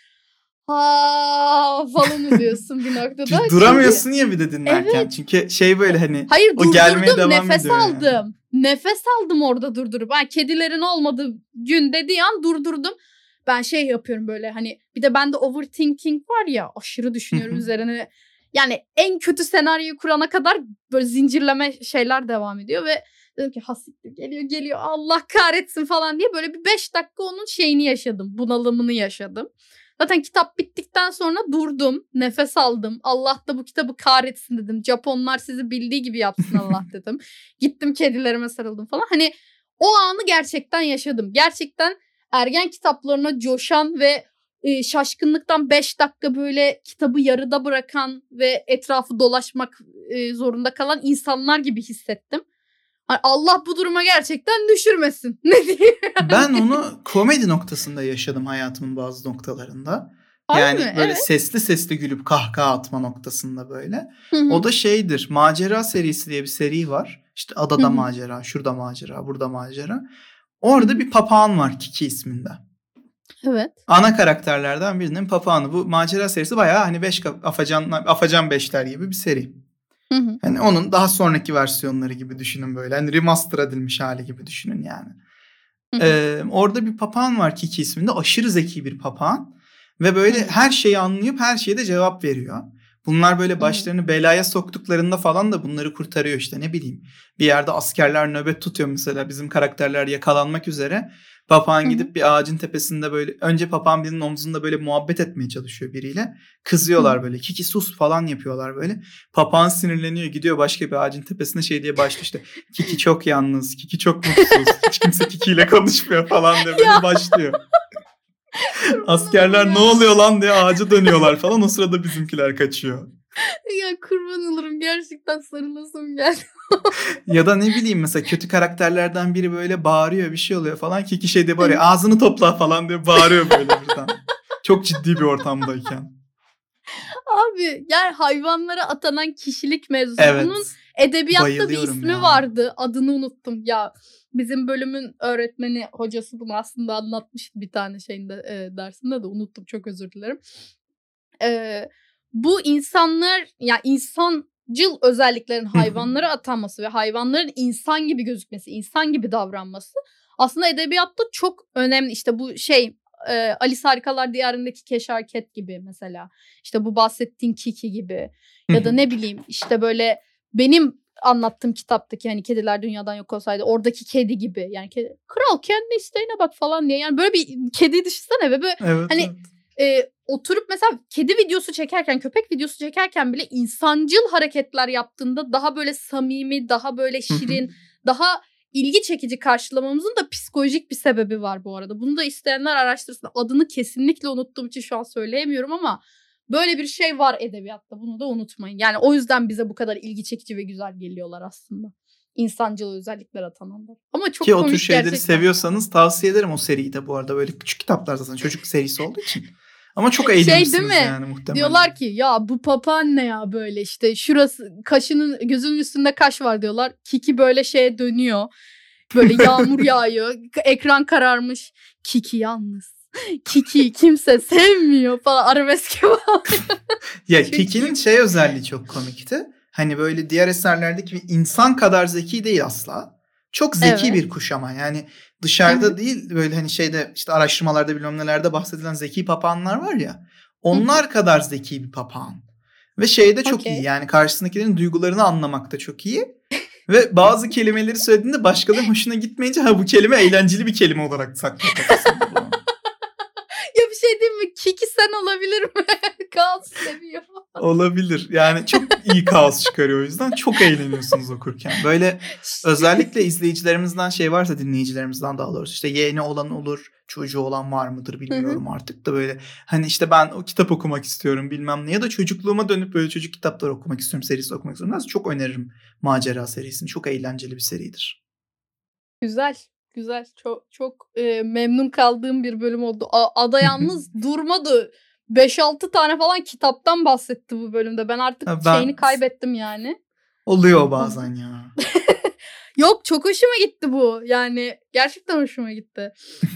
B: Falan diyorsun bir noktada.
C: Duramıyorsun ya bir de dinlerken. Evet. Çünkü böyle hani
B: hayır,
C: o gelmeye devam
B: nefes
C: ediyor.
B: aldım.
C: Yani.
B: Nefes aldım orada durdurup. Ben kedilerin olmadığı gün dediği an durdurdum. Ben yapıyorum böyle hani, bir de bende overthinking var ya, aşırı düşünüyorum üzerine. Yani en kötü senaryoyu kurana kadar böyle zincirleme şeyler devam ediyor ve dedim ki hasiktir, geliyor Allah kahretsin falan diye böyle bir 5 dakika onun yaşadım, bunalımını yaşadım. Zaten kitap bittikten sonra durdum, nefes aldım. Allah da bu kitabı kahretsin dedim. Japonlar sizi bildiği gibi yapsın Allah dedim. Gittim kedilerime sarıldım falan. Hani o anı gerçekten yaşadım. Gerçekten ergen kitaplarına coşan ve şaşkınlıktan 5 dakika böyle kitabı yarıda bırakan ve etrafı dolaşmak zorunda kalan insanlar gibi hissettim. Allah bu duruma gerçekten düşürmesin. Ne diyeyim?
C: Ben onu komedi noktasında yaşadım hayatımın bazı noktalarında. Yani böyle
B: evet.
C: sesli gülüp kahkaha atma noktasında böyle. O da Macera serisi diye bir seri var. İşte adada macera, şurada macera, burada macera. Orada bir papağan var Kiki isminde.
B: Evet.
C: Ana karakterlerden birinin papağanı. Bu macera serisi bayağı hani Afacan Beşler gibi bir seri.
B: Hı hı.
C: Hani onun daha sonraki versiyonları gibi düşünün böyle. Hani remaster edilmiş hali gibi düşünün yani. Orada bir papağan var Kiki isminde. Aşırı zeki bir papağan. Ve böyle her şeyi anlayıp her şeye de cevap veriyor. Bunlar böyle başlarını belaya soktuklarında falan da bunları kurtarıyor işte, ne bileyim. Bir yerde askerler nöbet tutuyor mesela, bizim karakterler yakalanmak üzere. Papağan gidip bir ağacın tepesinde böyle önce papağan birinin omzunda böyle muhabbet etmeye çalışıyor biriyle. Kızıyorlar böyle, Kiki sus falan yapıyorlar böyle. Papağan sinirleniyor, gidiyor başka bir ağacın tepesine şey diye başlıyor işte. Kiki çok yalnız, Kiki çok mutsuz, hiç kimse Kiki ile konuşmuyor falan diye böyle başlıyor. Askerler ne oluyor lan diye ağaca dönüyorlar falan, o sırada bizimkiler kaçıyor.
B: Ya kurban olurum, gerçekten sarılasım geldi.
C: Ya da ne bileyim mesela kötü karakterlerden biri böyle bağırıyor, bir şey oluyor falan, Kiki şey diye bağırıyor, ağzını topla falan diye bağırıyor böyle birden. Çok ciddi bir ortamdayken.
B: Abi yani hayvanlara atanan kişilik mevzusu.
C: Evet.
B: Bunun edebiyatta bir
C: Bayılıyorum
B: ismi
C: ya.
B: vardı. Adını unuttum. Ya bizim bölümün öğretmeni, hocası bunu aslında anlatmıştı bir tane şeyinde, dersinde de unuttum. Çok özür dilerim. Bu insanlar, ya insancıl özelliklerin hayvanlara atanması ve hayvanların insan gibi gözükmesi, insan gibi davranması aslında edebiyatta çok önemli. İşte bu şey, Alice Harikalar Diyarı'ndaki Keşarket gibi mesela. İşte bu bahsettiğin Kiki gibi. Ya da ne bileyim işte böyle benim anlattığım kitaptaki hani Kediler Dünyadan Yok Olsaydı oradaki kedi gibi. Yani kral kendi isteğine bak falan diye. Yani böyle bir kedi düşünsene ve böyle
C: Evet,
B: hani oturup mesela kedi videosu çekerken, köpek videosu çekerken bile insancıl hareketler yaptığında daha böyle samimi, daha böyle şirin, daha ilgi çekici karşılamamızın da psikolojik bir sebebi var bu arada. Bunu da isteyenler araştırsın. Adını kesinlikle unuttuğum için şu an söyleyemiyorum ama böyle bir şey var edebiyatta. Bunu da unutmayın. Yani o yüzden bize bu kadar ilgi çekici ve güzel geliyorlar aslında. İnsancıl özellikler atananlar. Ama çok
C: ki
B: komik
C: o tür şeyleri
B: gerçekten.
C: seviyorsanız tavsiye ederim o seriyi de bu arada. Böyle küçük kitaplar zaten, çocuk serisi olduğu için. Ama çok
B: Şey
C: eğlenirsiniz
B: değil mi?
C: yani muhtemelen.
B: Diyorlar ki ya bu papağan ne ya böyle, işte şurası kaşının, gözünün üstünde kaş var diyorlar. Kiki böyle şeye dönüyor. Böyle yağmur yağıyor. Ekran kararmış. Kiki yalnız. Kiki kimse sevmiyor falan. Arabesk gibi.
C: Ya Kiki'nin şey özelliği çok komikti. Hani böyle diğer eserlerdeki bir insan kadar zeki değil asla. Çok zeki
B: Evet.
C: bir kuş ama yani dışarıda değil, böyle hani şeyde işte araştırmalarda bilmem nelerde bahsedilen zeki papağanlar var ya, onlar kadar zeki bir papağan. Ve şeyde çok iyi, yani karşısındakilerin duygularını anlamakta çok iyi. Ve bazı kelimeleri söylediğinde başkalarının hoşuna gitmeyince ha bu kelime eğlenceli bir kelime olarak saklıyor kafasında.
B: Ya bir şey diyeyim mi? Kiki sen olabilir mi? Kaos seviyor.
C: Olabilir. Yani çok iyi kaos çıkarıyor, o yüzden çok eğleniyorsunuz okurken. Böyle özellikle izleyicilerimizden şey varsa, dinleyicilerimizden daha doğrusu, işte yeğeni olan olur, çocuğu olan var mıdır bilmiyorum artık da, böyle hani işte ben o kitap okumak istiyorum bilmem ne, ya da çocukluğuma dönüp böyle çocuk kitapları okumak istiyorum, serisi okumak istiyorum. Çok öneririm Macera serisini. Çok eğlenceli bir seridir.
B: Güzel. Güzel. Çok memnun kaldığım bir bölüm oldu. Ada yalnız durmadı. 5-6 tane falan kitaptan bahsetti bu bölümde. Ben artık şeyini kaybettim yani.
C: Oluyor bazen ya.
B: Yok, çok hoşuma gitti bu. Yani gerçekten hoşuma gitti.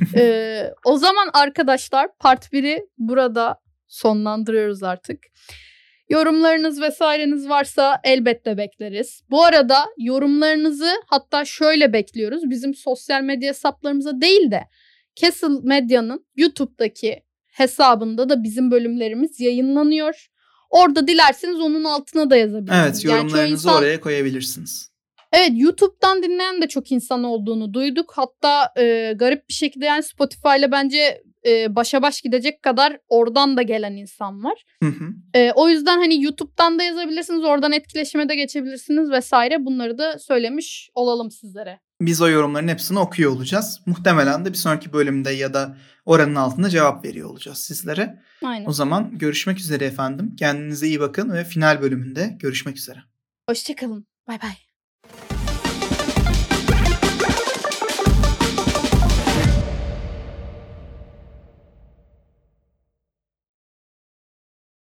B: O zaman arkadaşlar part 1'i burada sonlandırıyoruz artık. Yorumlarınız vesaireniz varsa elbette bekleriz. Bu arada yorumlarınızı hatta şöyle bekliyoruz. Bizim sosyal medya hesaplarımıza değil de Castle Medya'nın YouTube'daki hesabında da bizim bölümlerimiz yayınlanıyor. Orada dilerseniz onun altına da yazabilirsiniz.
C: Evet, yorumlarınızı oraya koyabilirsiniz.
B: Evet, YouTube'dan dinleyen de çok insan olduğunu duyduk. Hatta garip bir şekilde yani Spotify ile bence başa baş gidecek kadar oradan da gelen insan var. O yüzden hani YouTube'dan da yazabilirsiniz, oradan etkileşime de geçebilirsiniz vesaire. Bunları da söylemiş olalım sizlere.
C: Biz o yorumların hepsini okuyor olacağız. Muhtemelen de bir sonraki bölümde ya da oranın altında cevap veriyor olacağız sizlere.
B: Aynen.
C: O zaman görüşmek üzere efendim. Kendinize iyi bakın ve final bölümünde görüşmek üzere.
B: Hoşçakalın. Bay bay.